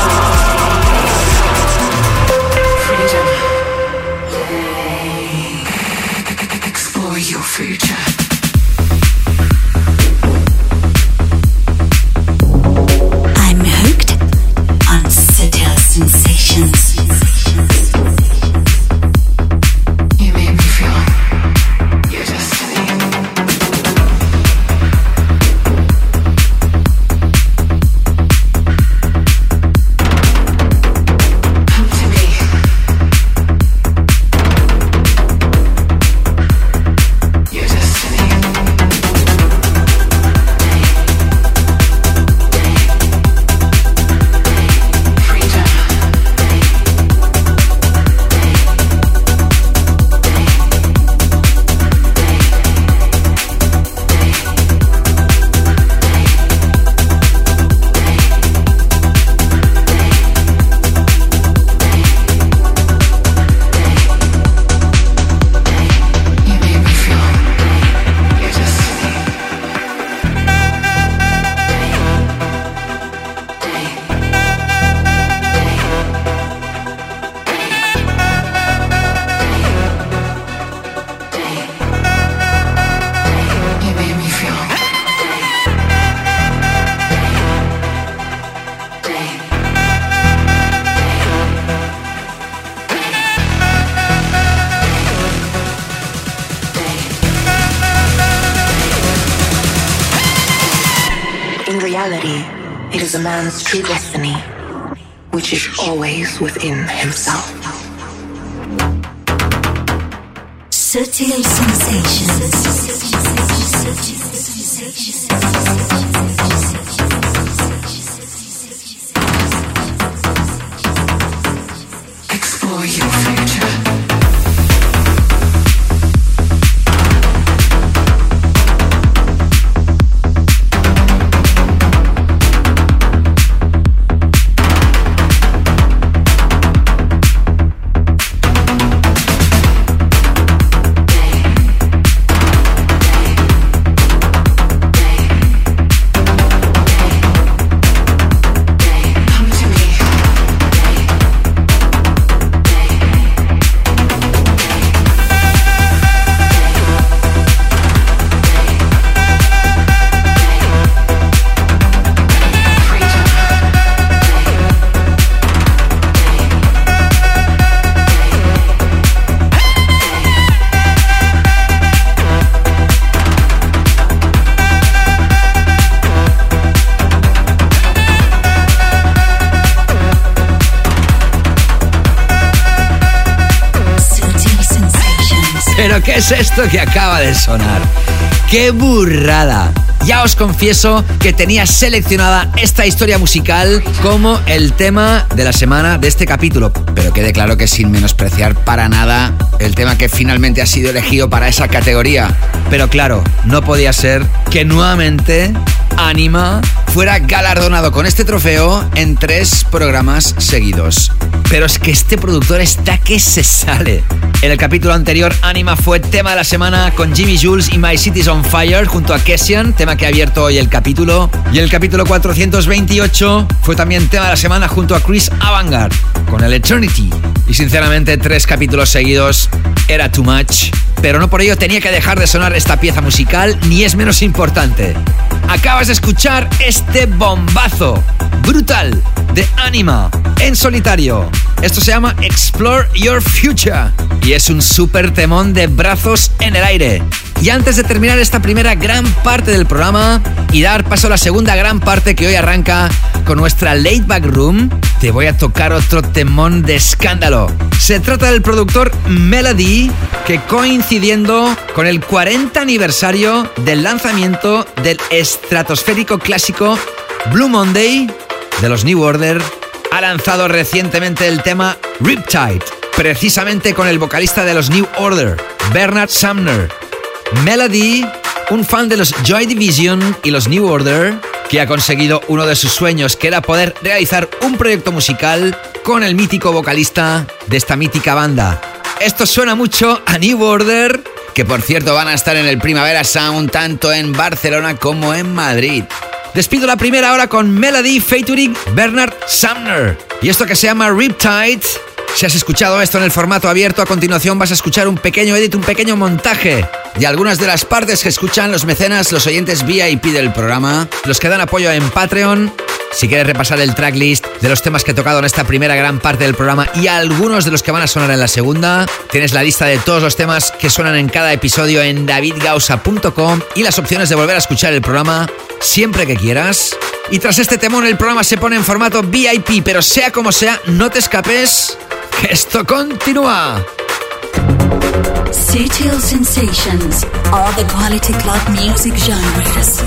Freedom. Explore your future. I'm hooked on subtle sensations. You made me feel your destiny. Come to me. Your destiny. Freedom. You made me feel your destiny. You made me feel. In reality, it is a man's true destiny, which is always within himself. Subtle sensations. Explore your future. Come to me. Subtle sensations. ¿Pero qué es esto que acaba de sonar? ¡Qué burrada! Ya os confieso que tenía seleccionada esta historia musical como el tema de la semana de este capítulo, pero quede claro que sin menospreciar para nada el tema que finalmente ha sido elegido para esa categoría. Pero claro, no podía ser que nuevamente Anima fuera galardonado con este trofeo en tres programas seguidos. Pero es que este productor está que se sale. En el capítulo anterior, Anima fue tema de la semana con Jimmy Jules y My City's on Fire junto a Kessian, tema que ha abierto hoy el capítulo. Y el capítulo cuatrocientos veintiocho fue también tema de la semana junto a Chris Avantgarde con el Eternity. Y sinceramente, tres capítulos seguidos era too much. Pero no por ello tenía que dejar de sonar esta pieza musical, ni es menos importante. Acabas de escuchar este bombazo brutal de Anima en solitario. Esto se llama Explore Your Future y es un súper temón de brazos en el aire. Y antes de terminar esta primera gran parte del programa y dar paso a la segunda gran parte que hoy arranca con nuestra Laid Back Room, te voy a tocar otro temón de escándalo. Se trata del productor Melody, que coincidiendo con el cuarenta aniversario del lanzamiento del estratosférico clásico Blue Monday de los New Order, ha lanzado recientemente el tema Riptide, precisamente con el vocalista de los New Order, Bernard Sumner. Melody, un fan de los Joy Division y los New Order, que ha conseguido uno de sus sueños, que era poder realizar un proyecto musical con el mítico vocalista de esta mítica banda. Esto suena mucho a New Order, que por cierto van a estar en el Primavera Sound tanto en Barcelona como en Madrid. Despido la primera hora con Melody featuring Bernard Sumner. Y esto que se llama Riptide. Si has escuchado esto en el formato abierto, a continuación vas a escuchar un pequeño edit, un pequeño montaje de algunas de las partes que escuchan los mecenas, los oyentes V I P del programa, los que dan apoyo en Patreon. Si quieres repasar el tracklist de los temas que he tocado en esta primera gran parte del programa y algunos de los que van a sonar en la segunda, tienes la lista de todos los temas que suenan en cada episodio en david gausa punto com y las opciones de volver a escuchar el programa siempre que quieras. Y tras este temón el programa se pone en formato V I P, pero sea como sea, no te escapes, que esto continúa. Sutil Sensations, all the quality club music genres.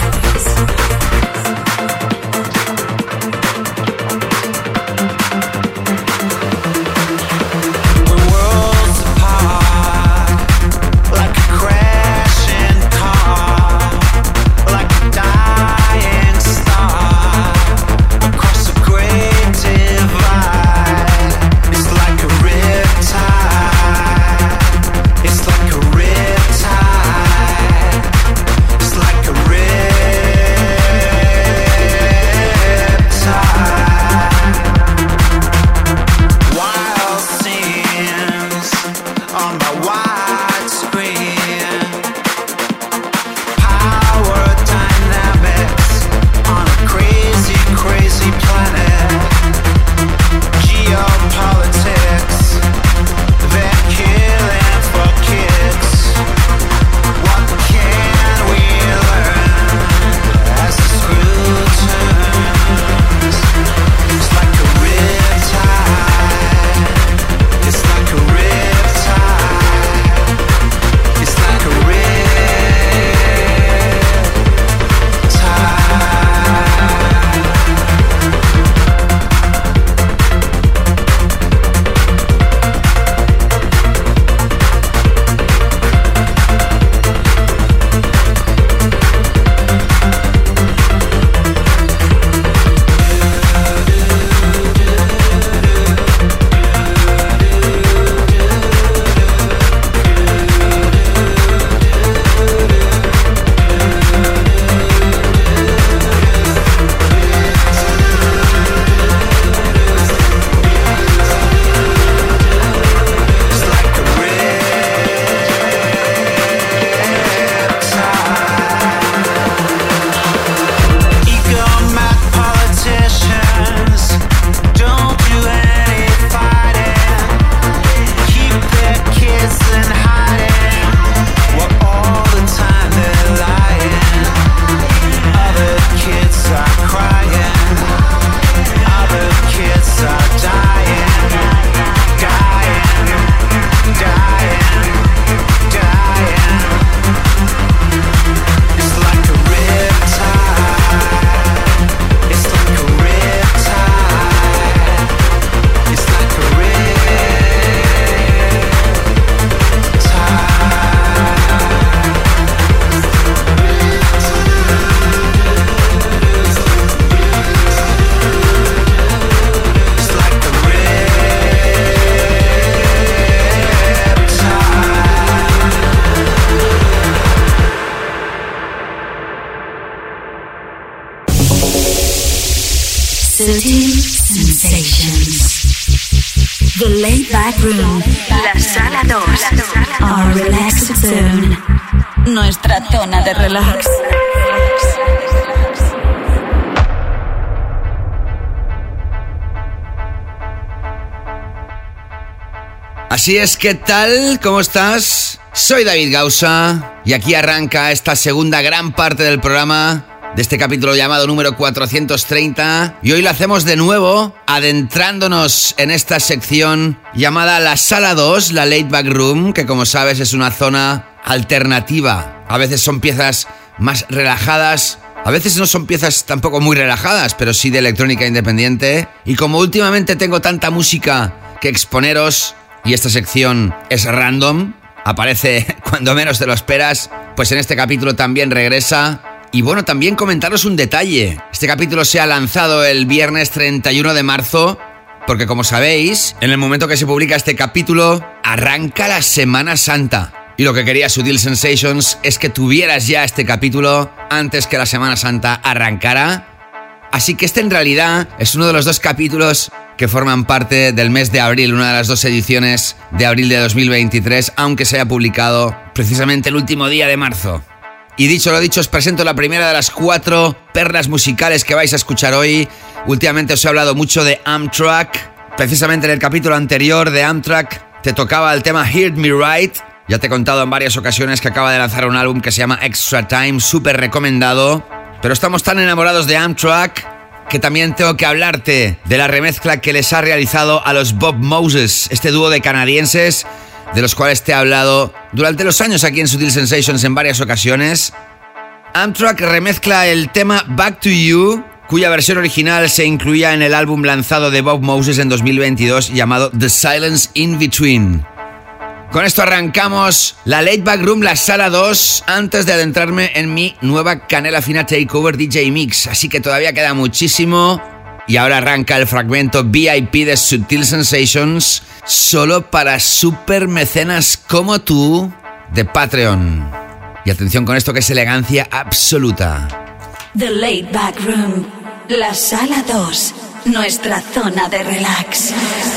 Sutil Sensations. The Laid Back Room. La Sala dos. Our Relaxed Zone. Nuestra zona de relax. Así es, ¿qué tal? ¿Cómo estás? Soy David Gausa y aquí arranca esta segunda gran parte del programa de este capítulo llamado número cuatrocientos treinta, y hoy lo hacemos de nuevo adentrándonos en esta sección llamada la Sala dos, la Laid Back Room, que como sabes es una zona alternativa. A veces son piezas más relajadas, a veces no son piezas tampoco muy relajadas, pero sí de electrónica independiente. Y como últimamente tengo tanta música que exponeros y esta sección es random, aparece cuando menos te lo esperas, pues en este capítulo también regresa. Y bueno, también comentaros un detalle. Este capítulo se ha lanzado el viernes treinta y uno de marzo, porque como sabéis, en el momento que se publica este capítulo, arranca la Semana Santa. Y lo que quería Sutil Sensations es que tuvieras ya este capítulo antes que la Semana Santa arrancara. Así que este en realidad es uno de los dos capítulos que forman parte del mes de abril, una de las dos ediciones de abril de dos mil veintitrés, aunque se haya publicado precisamente el último día de marzo. Y dicho lo dicho, os presento la primera de las cuatro perlas musicales que vais a escuchar hoy. Últimamente os he hablado mucho de Amtrak. Precisamente en el capítulo anterior de Amtrak te tocaba el tema Hear Me Right. Ya te he contado en varias ocasiones que acaba de lanzar un álbum que se llama Extra Time, súper recomendado. Pero estamos tan enamorados de Amtrak que también tengo que hablarte de la remezcla que les ha realizado a los Bob Moses, este dúo de canadienses de los cuales te he hablado durante los años aquí en Sutil Sensations en varias ocasiones. Amtrak remezcla el tema Back to You, cuya versión original se incluía en el álbum lanzado de Bob Moses en dos mil veintidós llamado The Silence in Between. Con esto arrancamos la Late Back Room, la sala dos, antes de adentrarme en mi nueva Canela Fina Takeover D J Mix. Así que todavía queda muchísimo. Y ahora arranca el fragmento V I P de Sutil Sensations, solo para super mecenas como tú de Patreon. Y atención con esto que es elegancia absoluta. The Late Back Room, la sala dos, nuestra zona de relax.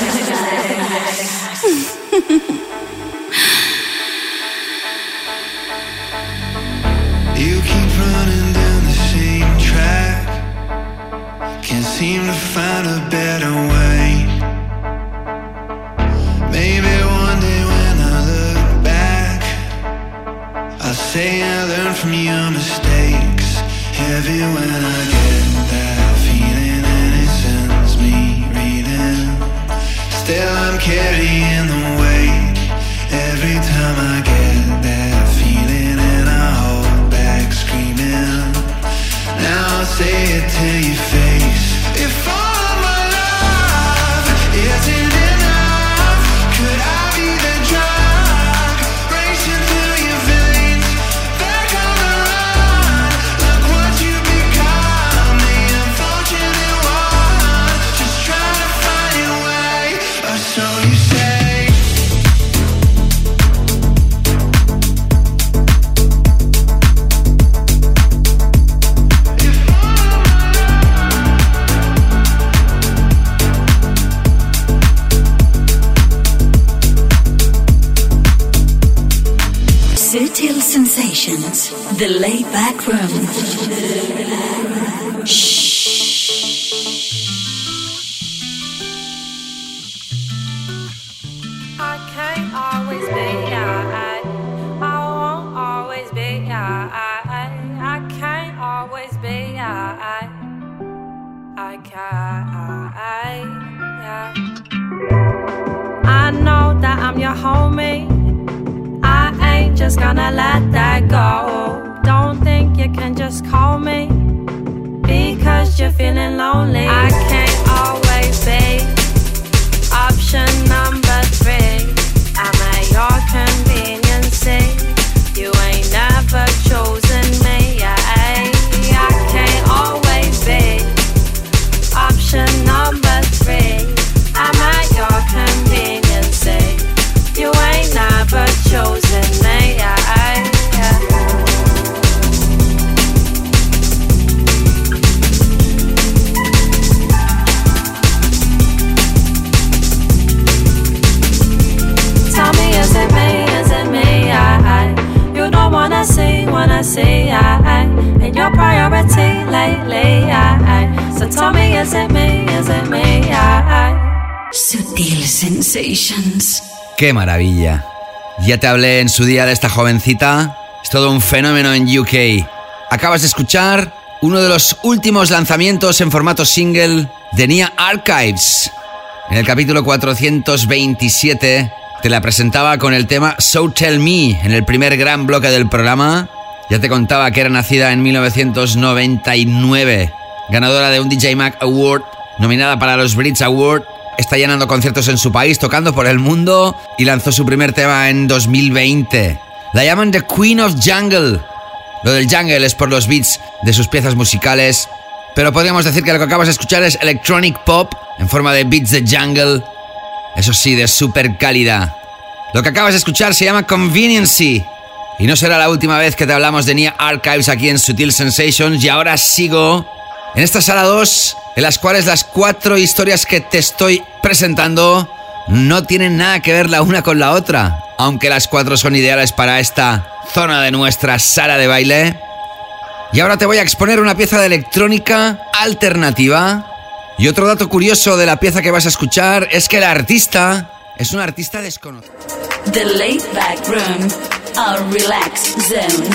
You keep running down the same track. Can't seem to find a better way. Maybe one day when I look back, I'll say I learned from your mistakes. Heavy when I get that feeling and it sends me reading. Still I'm carrying the weight every time I get that feeling and I hold back screaming. Now I'll say it to your face. If all of my love isn't enough, could I be the drug racing through your veins? Back on the run, look what you become, the unfortunate one, just trying to find your way, or so you say. Sutil Sensations, the Laid Back Room. Shh. I can't always be I, I won't always be I, I can't always be I, I can't. Yeah. I know that I'm your homie. Just gonna let that go. Don't think you can just call me because you're feeling lonely. I can't always be option number three. I'm at your convenience. You ain't never chosen me. I, I can't always be option number three. I'm at your convenience. You ain't never chosen me. Wanna see I, I, and your priority lately I, I. So tell me, is it me, is it me I, I. Sutil Sensations. ¡Qué maravilla! Ya te hablé en su día de esta jovencita. Es todo un fenómeno en U K. Acabas de escuchar uno de los últimos lanzamientos en formato single de Nia Archives. En el capítulo cuatrocientos veintisiete te la presentaba con el tema So Tell Me, en el primer gran bloque del programa. Ya te contaba que era nacida en mil novecientos noventa y nueve, ganadora de un D J Mag Award, nominada para los Brits Award, está llenando conciertos en su país, tocando por el mundo y lanzó su primer tema en dos mil veinte. La llaman The Queen of Jungle. Lo del jungle es por los beats de sus piezas musicales, pero podríamos decir que lo que acabas de escuchar es electronic pop en forma de beats de jungle, eso sí, de súper cálida. Lo que acabas de escuchar se llama Conveniency. Y no será la última vez que te hablamos de Nia Archives aquí en Sutil Sensations. Y ahora sigo en esta sala dos, en las cuales las cuatro historias que te estoy presentando no tienen nada que ver la una con la otra, aunque las cuatro son ideales para esta zona de nuestra sala de baile. Y ahora te voy a exponer una pieza de electrónica alternativa. Y otro dato curioso de la pieza que vas a escuchar es que el artista es un artista desconocido. The Laid Back Room, a relax zone.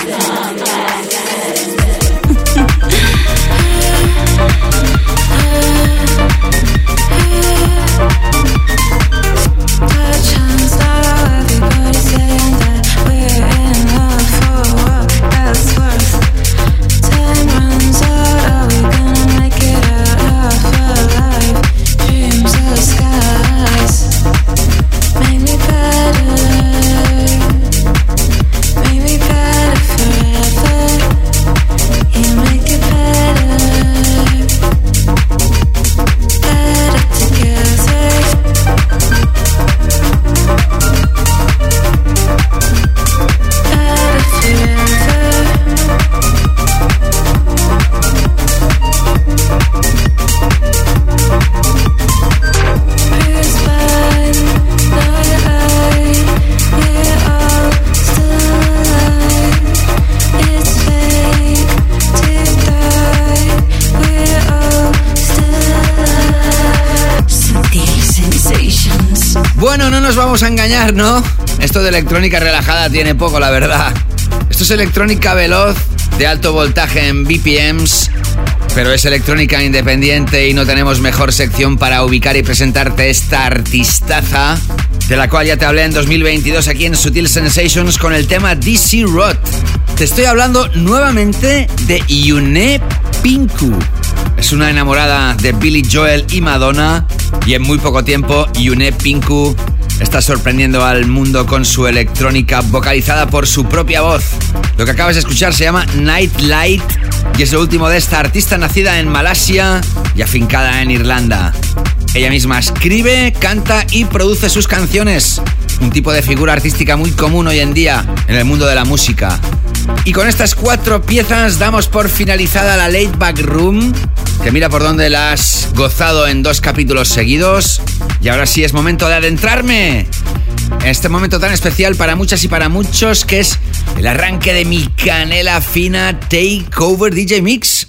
Bueno, no nos vamos a engañar, ¿no? Esto de electrónica relajada tiene poco, la verdad. Esto es electrónica veloz, de alto voltaje en B P Ms, pero es electrónica independiente y no tenemos mejor sección para ubicar y presentarte esta artistaza, de la cual ya te hablé en dos mil veintidós aquí en Sutil Sensations con el tema D C Roth. Te estoy hablando nuevamente de Yune Pinku. Es una enamorada de Billy Joel y Madonna, y en muy poco tiempo Yune Pinku está sorprendiendo al mundo con su electrónica vocalizada por su propia voz. Lo que acabas de escuchar se llama Night Light y es lo último de esta artista nacida en Malasia y afincada en Irlanda. Ella misma escribe, canta y produce sus canciones, un tipo de figura artística muy común hoy en día en el mundo de la música. Y con estas cuatro piezas damos por finalizada la Laid Back Room, que mira por dónde la has gozado en dos capítulos seguidos. Y ahora sí es momento de adentrarme en este momento tan especial para muchas y para muchos, que es el arranque de mi canela fina Takeover D J Mix.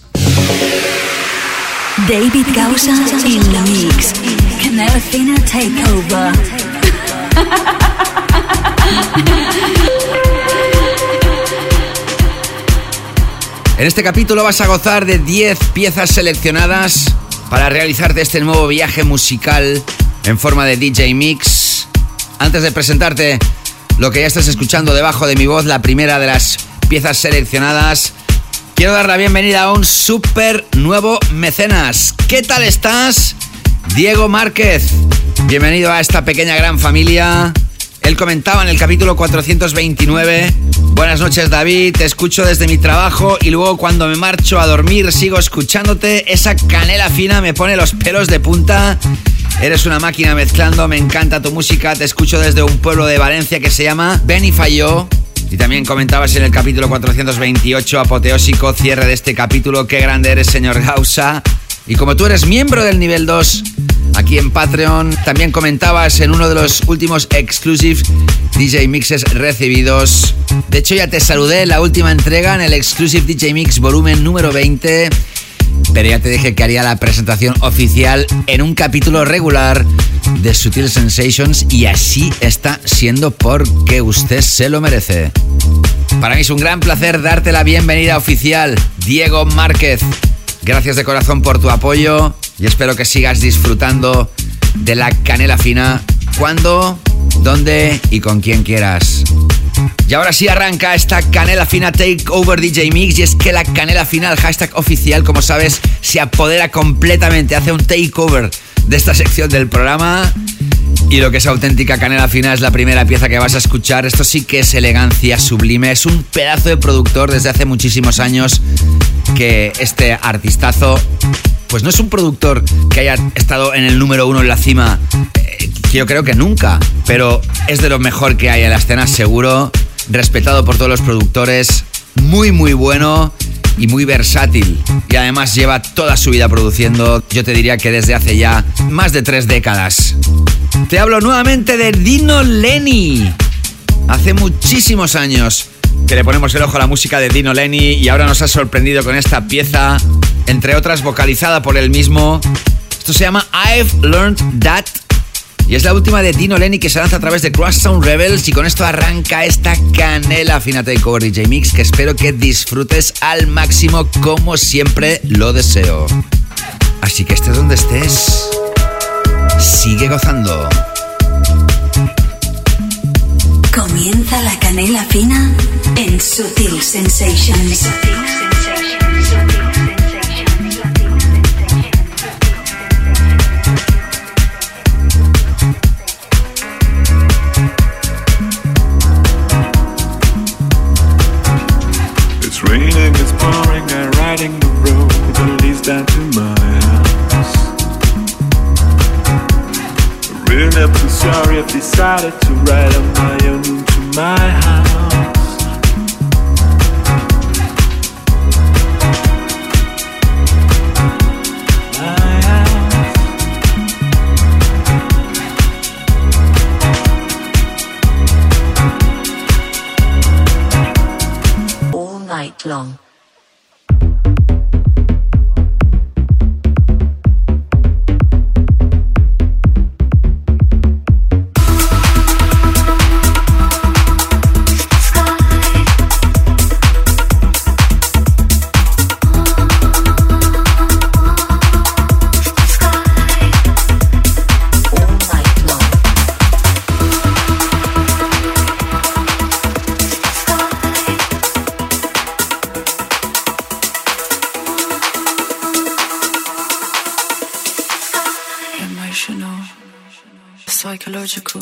David Gausa in the mix. Canela fina Takeover. En este capítulo vas a gozar de diez piezas seleccionadas para realizarte este nuevo viaje musical en forma de D J Mix. Antes de presentarte lo que ya estás escuchando debajo de mi voz, la primera de las piezas seleccionadas, quiero dar la bienvenida a un súper nuevo mecenas. ¿Qué tal estás? Diego Márquez. Bienvenido a esta pequeña gran familia. Él comentaba en el capítulo cuatrocientos veintinueve: buenas noches, David, te escucho desde mi trabajo y luego cuando me marcho a dormir sigo escuchándote. Esa canela fina me pone los pelos de punta. Eres una máquina mezclando, me encanta tu música. Te escucho desde un pueblo de Valencia que se llama Benifayó. Y también comentabas en el capítulo cuatrocientos veintiocho, apoteósico cierre de este capítulo: qué grande eres, señor Gausa. Y como tú eres miembro del nivel dos aquí en Patreon, también comentabas en uno de los últimos exclusive D J Mixes recibidos. De hecho, ya te saludé en la última entrega, en el Exclusive D J Mix volumen número veinte, pero ya te dije que haría la presentación oficial en un capítulo regular de Sutil Sensations, y así está siendo porque usted se lo merece. Para mí es un gran placer darte la bienvenida oficial, Diego Márquez. Gracias de corazón por tu apoyo y espero que sigas disfrutando de la canela fina cuando, dónde y con quien quieras. Y ahora sí arranca esta canela fina Takeover D J Mix, y es que la canela fina, el hashtag oficial, como sabes, se apodera completamente, hace un takeover de esta sección del programa. Y lo que es auténtica canela fina es la primera pieza que vas a escuchar. Esto sí que es elegancia sublime. Es un pedazo de productor desde hace muchísimos años que este artistazo pues no es un productor que haya estado en el número uno en la cima, eh, que yo creo que nunca, pero es de lo mejor que hay en la escena, seguro, respetado por todos los productores, muy muy bueno y muy versátil, y además lleva toda su vida produciendo, yo te diría que desde hace ya más de tres décadas. Te hablo nuevamente de Dino Lenny. Hace muchísimos años que le ponemos el ojo a la música de Dino Lenny y ahora nos ha sorprendido con esta pieza, entre otras vocalizada por él mismo. Esto se llama I've Learned That y es la última de Dino Lenny que se lanza a través de Crosstown Rebels, y con esto arranca esta canela fina takeover D J Mix que espero que disfrutes al máximo, como siempre lo deseo. Así que estés donde estés, sigue gozando. Comienza la canela fina en Sutil Sensations. It's raining, it's pouring, I'm riding the road that leads down to my house. I really am too sorry I've decided to ride on my own into my house. My house. All night long. Psychological.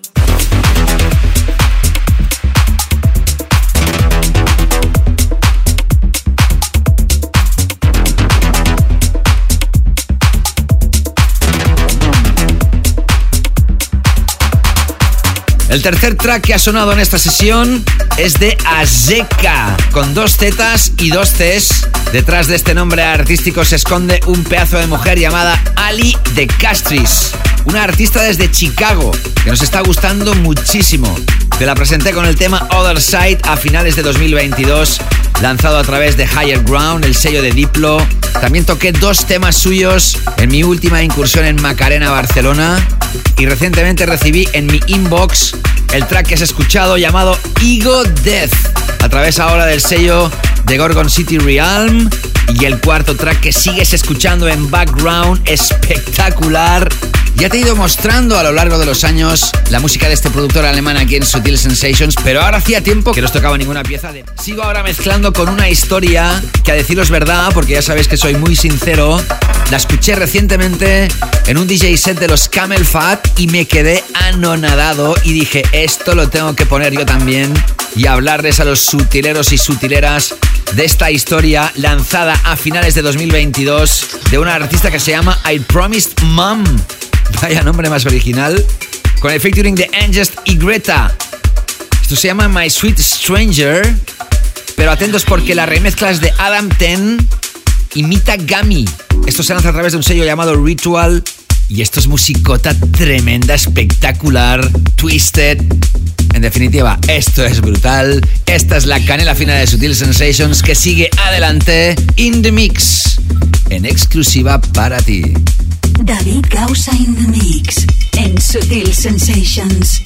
El tercer track que ha sonado en esta sesión es de Azeka, con dos Zetas y dos Cs. Detrás de este nombre artístico se esconde un pedazo de mujer llamada Ali de Castris, una artista desde Chicago que nos está gustando muchísimo. Te la presenté con el tema Other Side a finales de dos mil veintidós, lanzado a través de Higher Ground, el sello de Diplo. También toqué dos temas suyos en mi última incursión en Macarena, Barcelona, y recientemente recibí en mi inbox el track que has escuchado llamado Ego Death, a través ahora del sello de Gorgon City Realm. Y el cuarto track que sigues escuchando en background, espectacular. Ya te he ido mostrando a lo largo de los años la música de este productor alemán aquí en Sutil Sensations, pero ahora hacía tiempo que no os tocaba ninguna pieza de... Sigo ahora mezclando con una historia que, a deciros verdad, porque ya sabéis que soy muy sincero, la escuché recientemente en un D J set de los Camel Fat y me quedé anonadado y dije, esto lo tengo que poner yo también y hablarles a los sutileros y sutileras de esta historia lanzada a finales de dos mil veintidós de una artista que se llama I Promised Mom. Vaya nombre más original. Con el featuring de Angest y Greta. Esto se llama My Sweet Stranger. Pero atentos porque la remezcla es de Adam Ten y Mita Gami. Esto se lanza a través de un sello llamado Ritual. Y esto es musicota tremenda, espectacular, twisted. En definitiva, esto es brutal. Esta es la canela fina de Sutil Sensations que sigue adelante in the mix, en exclusiva para ti. David Gausa in the mix, en Sutil Sensations.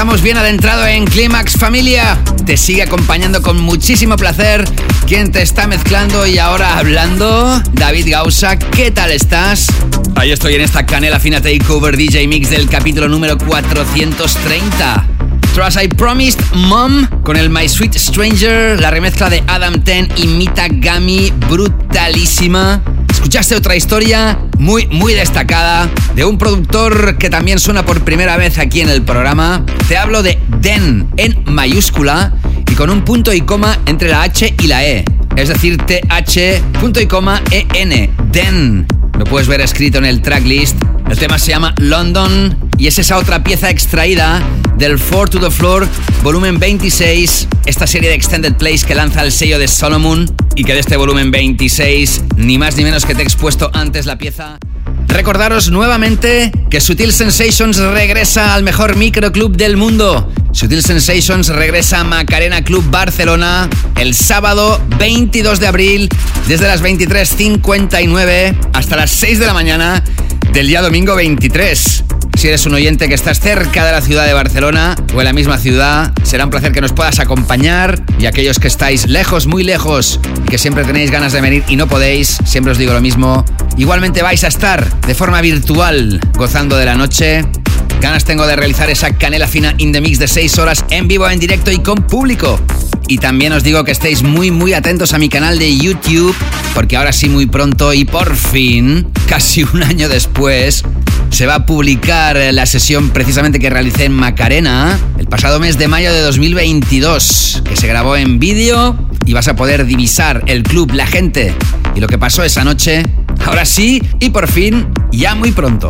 estamos bien adentrado en Clímax, familia. Te sigue acompañando con muchísimo placer quien te está mezclando y ahora hablando, David Gausa. ¿Qué tal estás? Ahí estoy en esta Canela Fina Takeover D J Mix del capítulo número cuatrocientos treinta. Tras I Promised Mom con el My Sweet Stranger, la remezcla de Adam Ten y Mita Gami, brutalísima. Escuchaste otra historia muy, muy destacada de un productor que también suena por primera vez aquí en el programa. Te hablo de Den, en mayúscula y con un punto y coma entre la H y la E. Es decir, T H, punto y coma, E N, Den. Lo puedes ver escrito en el tracklist. El tema se llama London y es esa otra pieza extraída del Four to the Floor, volumen veintiséis, esta serie de extended plays que lanza el sello de Solomon y que de este volumen veintiséis, ni más ni menos que te he expuesto antes la pieza. Recordaros nuevamente que Sutil Sensations regresa al mejor microclub del mundo. Sutil Sensations regresa a Macarena Club Barcelona el sábado veintidós de abril desde las veintitrés cincuenta y nueve hasta las seis de la mañana del día domingo veintitrés. Si eres un oyente que estás cerca de la ciudad de Barcelona o en la misma ciudad, será un placer que nos puedas acompañar. Y aquellos que estáis lejos, muy lejos, y que siempre tenéis ganas de venir y no podéis, siempre os digo lo mismo, igualmente vais a estar de forma virtual gozando de la noche. Ganas tengo de realizar esa Canela Fina in the Mix de seis horas en vivo, en directo y con público. Y también os digo que estéis muy muy atentos a mi canal de YouTube, porque ahora sí, muy pronto y por fin, casi un año después, se va a publicar la sesión precisamente que realicé en Macarena el pasado mes de mayo de dos mil veintidós, que se grabó en vídeo y vas a poder divisar el club, la gente y lo que pasó esa noche. Ahora sí y por fin, ya muy pronto.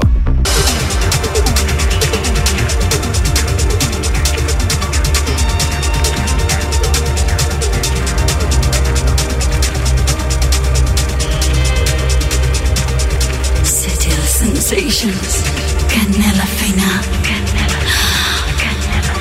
Sensations, Canela Fina, Canela, Canela.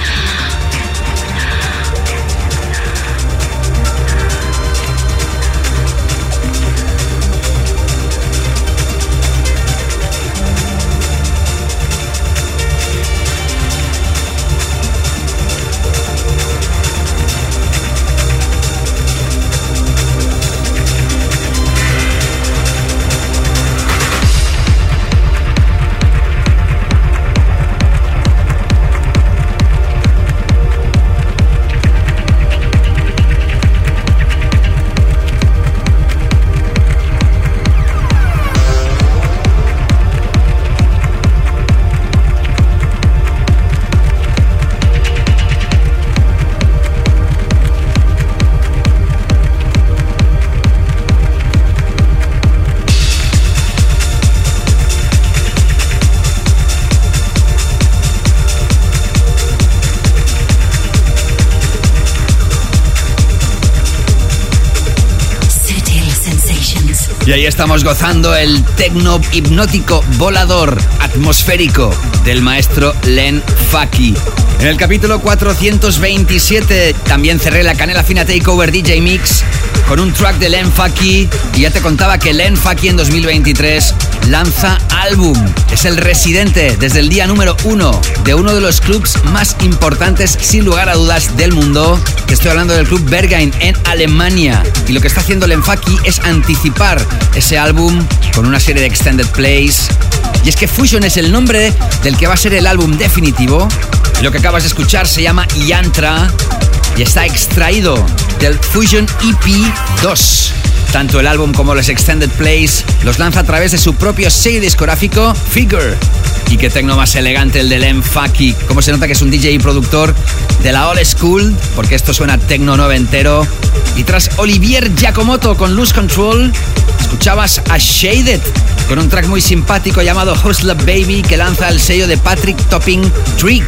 Y ahí estamos gozando el tecno hipnótico volador atmosférico del maestro Len Faki. En el capítulo cuatrocientos veintisiete también cerré la Canela Fina Takeover D J Mix con un track de Len Faki. Y ya te contaba que Len Faki en dos mil veintitrés lanza álbum. Es el residente desde el día número uno de uno de los clubs más importantes, sin lugar a dudas, del mundo. Estoy hablando del club Berghain en Alemania. Y lo que está haciendo Len Faki es anticipar ese álbum con una serie de extended plays. Y es que Fusion es el nombre del que va a ser el álbum definitivo. Lo que acabas de escuchar se llama Yantra y está extraído del Fusion E P dos. Tanto el álbum como los extended plays los lanza a través de su propio sello discográfico Figure. Y qué tecno más elegante el de Len Faki. Como se nota que es un D J y productor de la old school, porque esto suena tecno noventero. Y tras Olivier Giacomotto con Lose Control, escuchabas a Shaded con un track muy simpático llamado Hustler Baby, que lanza el sello de Patrick Topping Trick.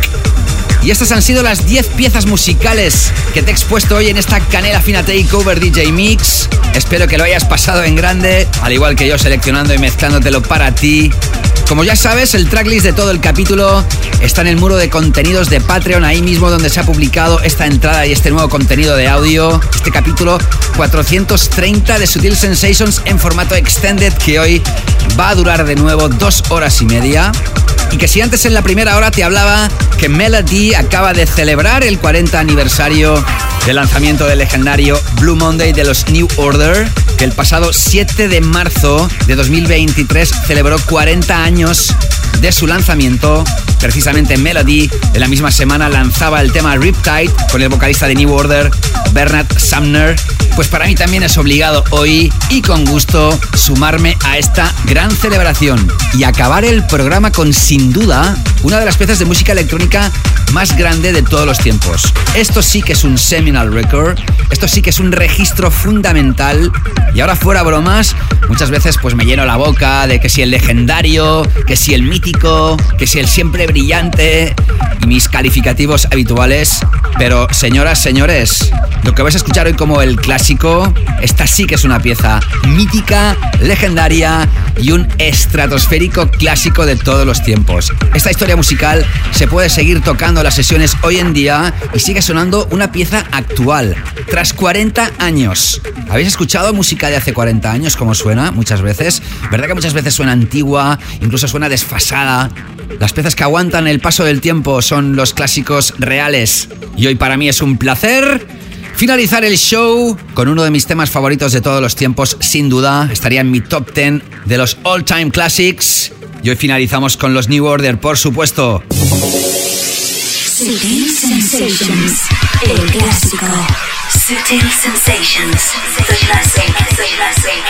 Y estas han sido las diez piezas musicales que te he expuesto hoy en esta Canela Fina Takeover D J Mix. Espero que lo hayas pasado en grande, al igual que yo seleccionando y mezclándotelo para ti. Como ya sabes, el tracklist de todo el capítulo está en el muro de contenidos de Patreon, ahí mismo donde se ha publicado esta entrada y este nuevo contenido de audio. Este capítulo cuatrocientos treinta de Sutil Sensations en formato extended, que hoy va a durar de nuevo dos horas y media. Y que si antes en la primera hora te hablaba que Melody acaba de celebrar el cuarenta aniversario del lanzamiento del legendario Blue Monday de los New Order, que el pasado siete de marzo de dos mil veintitrés celebró cuarenta años de su lanzamiento. Precisamente Melody en la misma semana lanzaba el tema Riptide con el vocalista de New Order, Bernard Sumner. Pues para mí también es obligado hoy y con gusto sumarme a esta gran celebración y acabar el programa con, sin duda, una de las piezas de música electrónica más grande de todos los tiempos. Esto sí que es un seminal record, esto sí que es un registro fundamental. Y ahora, fuera bromas, muchas veces pues me lleno la boca de que si el legendario, que si el mítico, que si el siempre brillante y mis calificativos habituales. Pero señoras, señores, lo que vais a escuchar hoy como el clásico, esta sí que es una pieza mítica, legendaria y un estratosférico clásico de todos los tiempos. Esta historia musical se puede seguir tocando en las sesiones hoy en día y sigue sonando una pieza actual, tras cuarenta años. ¿Habéis escuchado música de hace cuarenta años como suena muchas veces? ¿Verdad que muchas veces suena antigua, incluso suena desfasada? Las piezas que aguantan el paso del tiempo son los clásicos reales. Y hoy para mí es un placer finalizar el show con uno de mis temas favoritos de todos los tiempos, sin duda. Estaría en mi top diez de los all time classics. Y hoy finalizamos con los New Order, por supuesto. Sutil Sensations, el clásico. Sutil Sensations, the classic, the classic.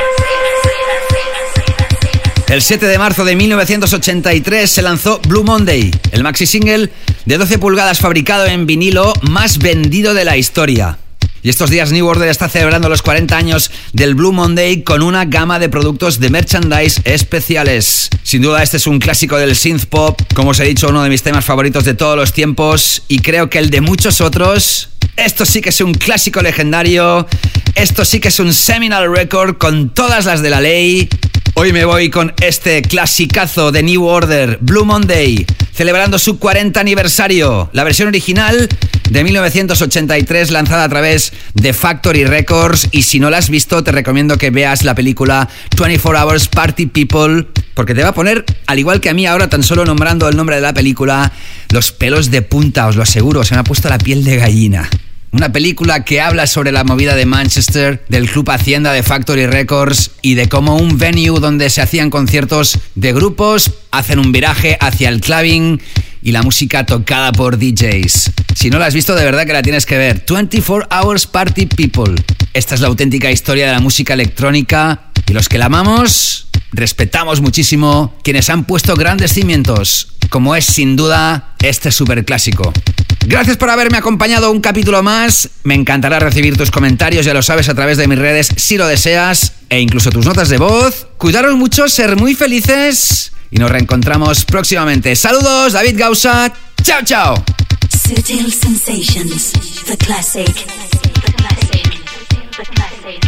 El siete de marzo de mil novecientos ochenta y tres se lanzó Blue Monday, el maxi single de doce pulgadas fabricado en vinilo más vendido de la historia. Y estos días New Order está celebrando los cuarenta años del Blue Monday con una gama de productos de merchandise especiales. Sin duda este es un clásico del synth pop, como os he dicho, uno de mis temas favoritos de todos los tiempos y creo que el de muchos otros. Esto sí que es un clásico legendario, esto sí que es un seminal record con todas las de la ley. Hoy me voy con este clasicazo de New Order, Blue Monday, celebrando su cuarenta aniversario. La versión original de mil novecientos ochenta y tres, lanzada a través de Factory Records. Y si no la has visto, te recomiendo que veas la película veinticuatro Hours Party People, porque te va a poner, al igual que a mí ahora, tan solo nombrando el nombre de la película, los pelos de punta, os lo aseguro, se me ha puesto la piel de gallina. Una película que habla sobre la movida de Manchester, del club Hacienda de Factory Records y de cómo un venue donde se hacían conciertos de grupos hacen un viraje hacia el clubbing y la música tocada por D Js. Si no la has visto, de verdad que la tienes que ver. veinticuatro Hours Party People. Esta es la auténtica historia de la música electrónica y los que la amamos respetamos muchísimo quienes han puesto grandes cimientos, como es sin duda este superclásico. Gracias por haberme acompañado un capítulo más. Me encantará recibir tus comentarios, ya lo sabes, a través de mis redes si lo deseas, e incluso tus notas de voz. Cuidaros mucho, ser muy felices y nos reencontramos próximamente. Saludos, David Gausa. Chao, chao. Sutil Sensations, the classic. The classic. The classic.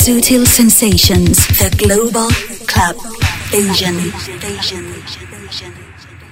Sutil Sensations, the Global Club Asian. Asian. Asian.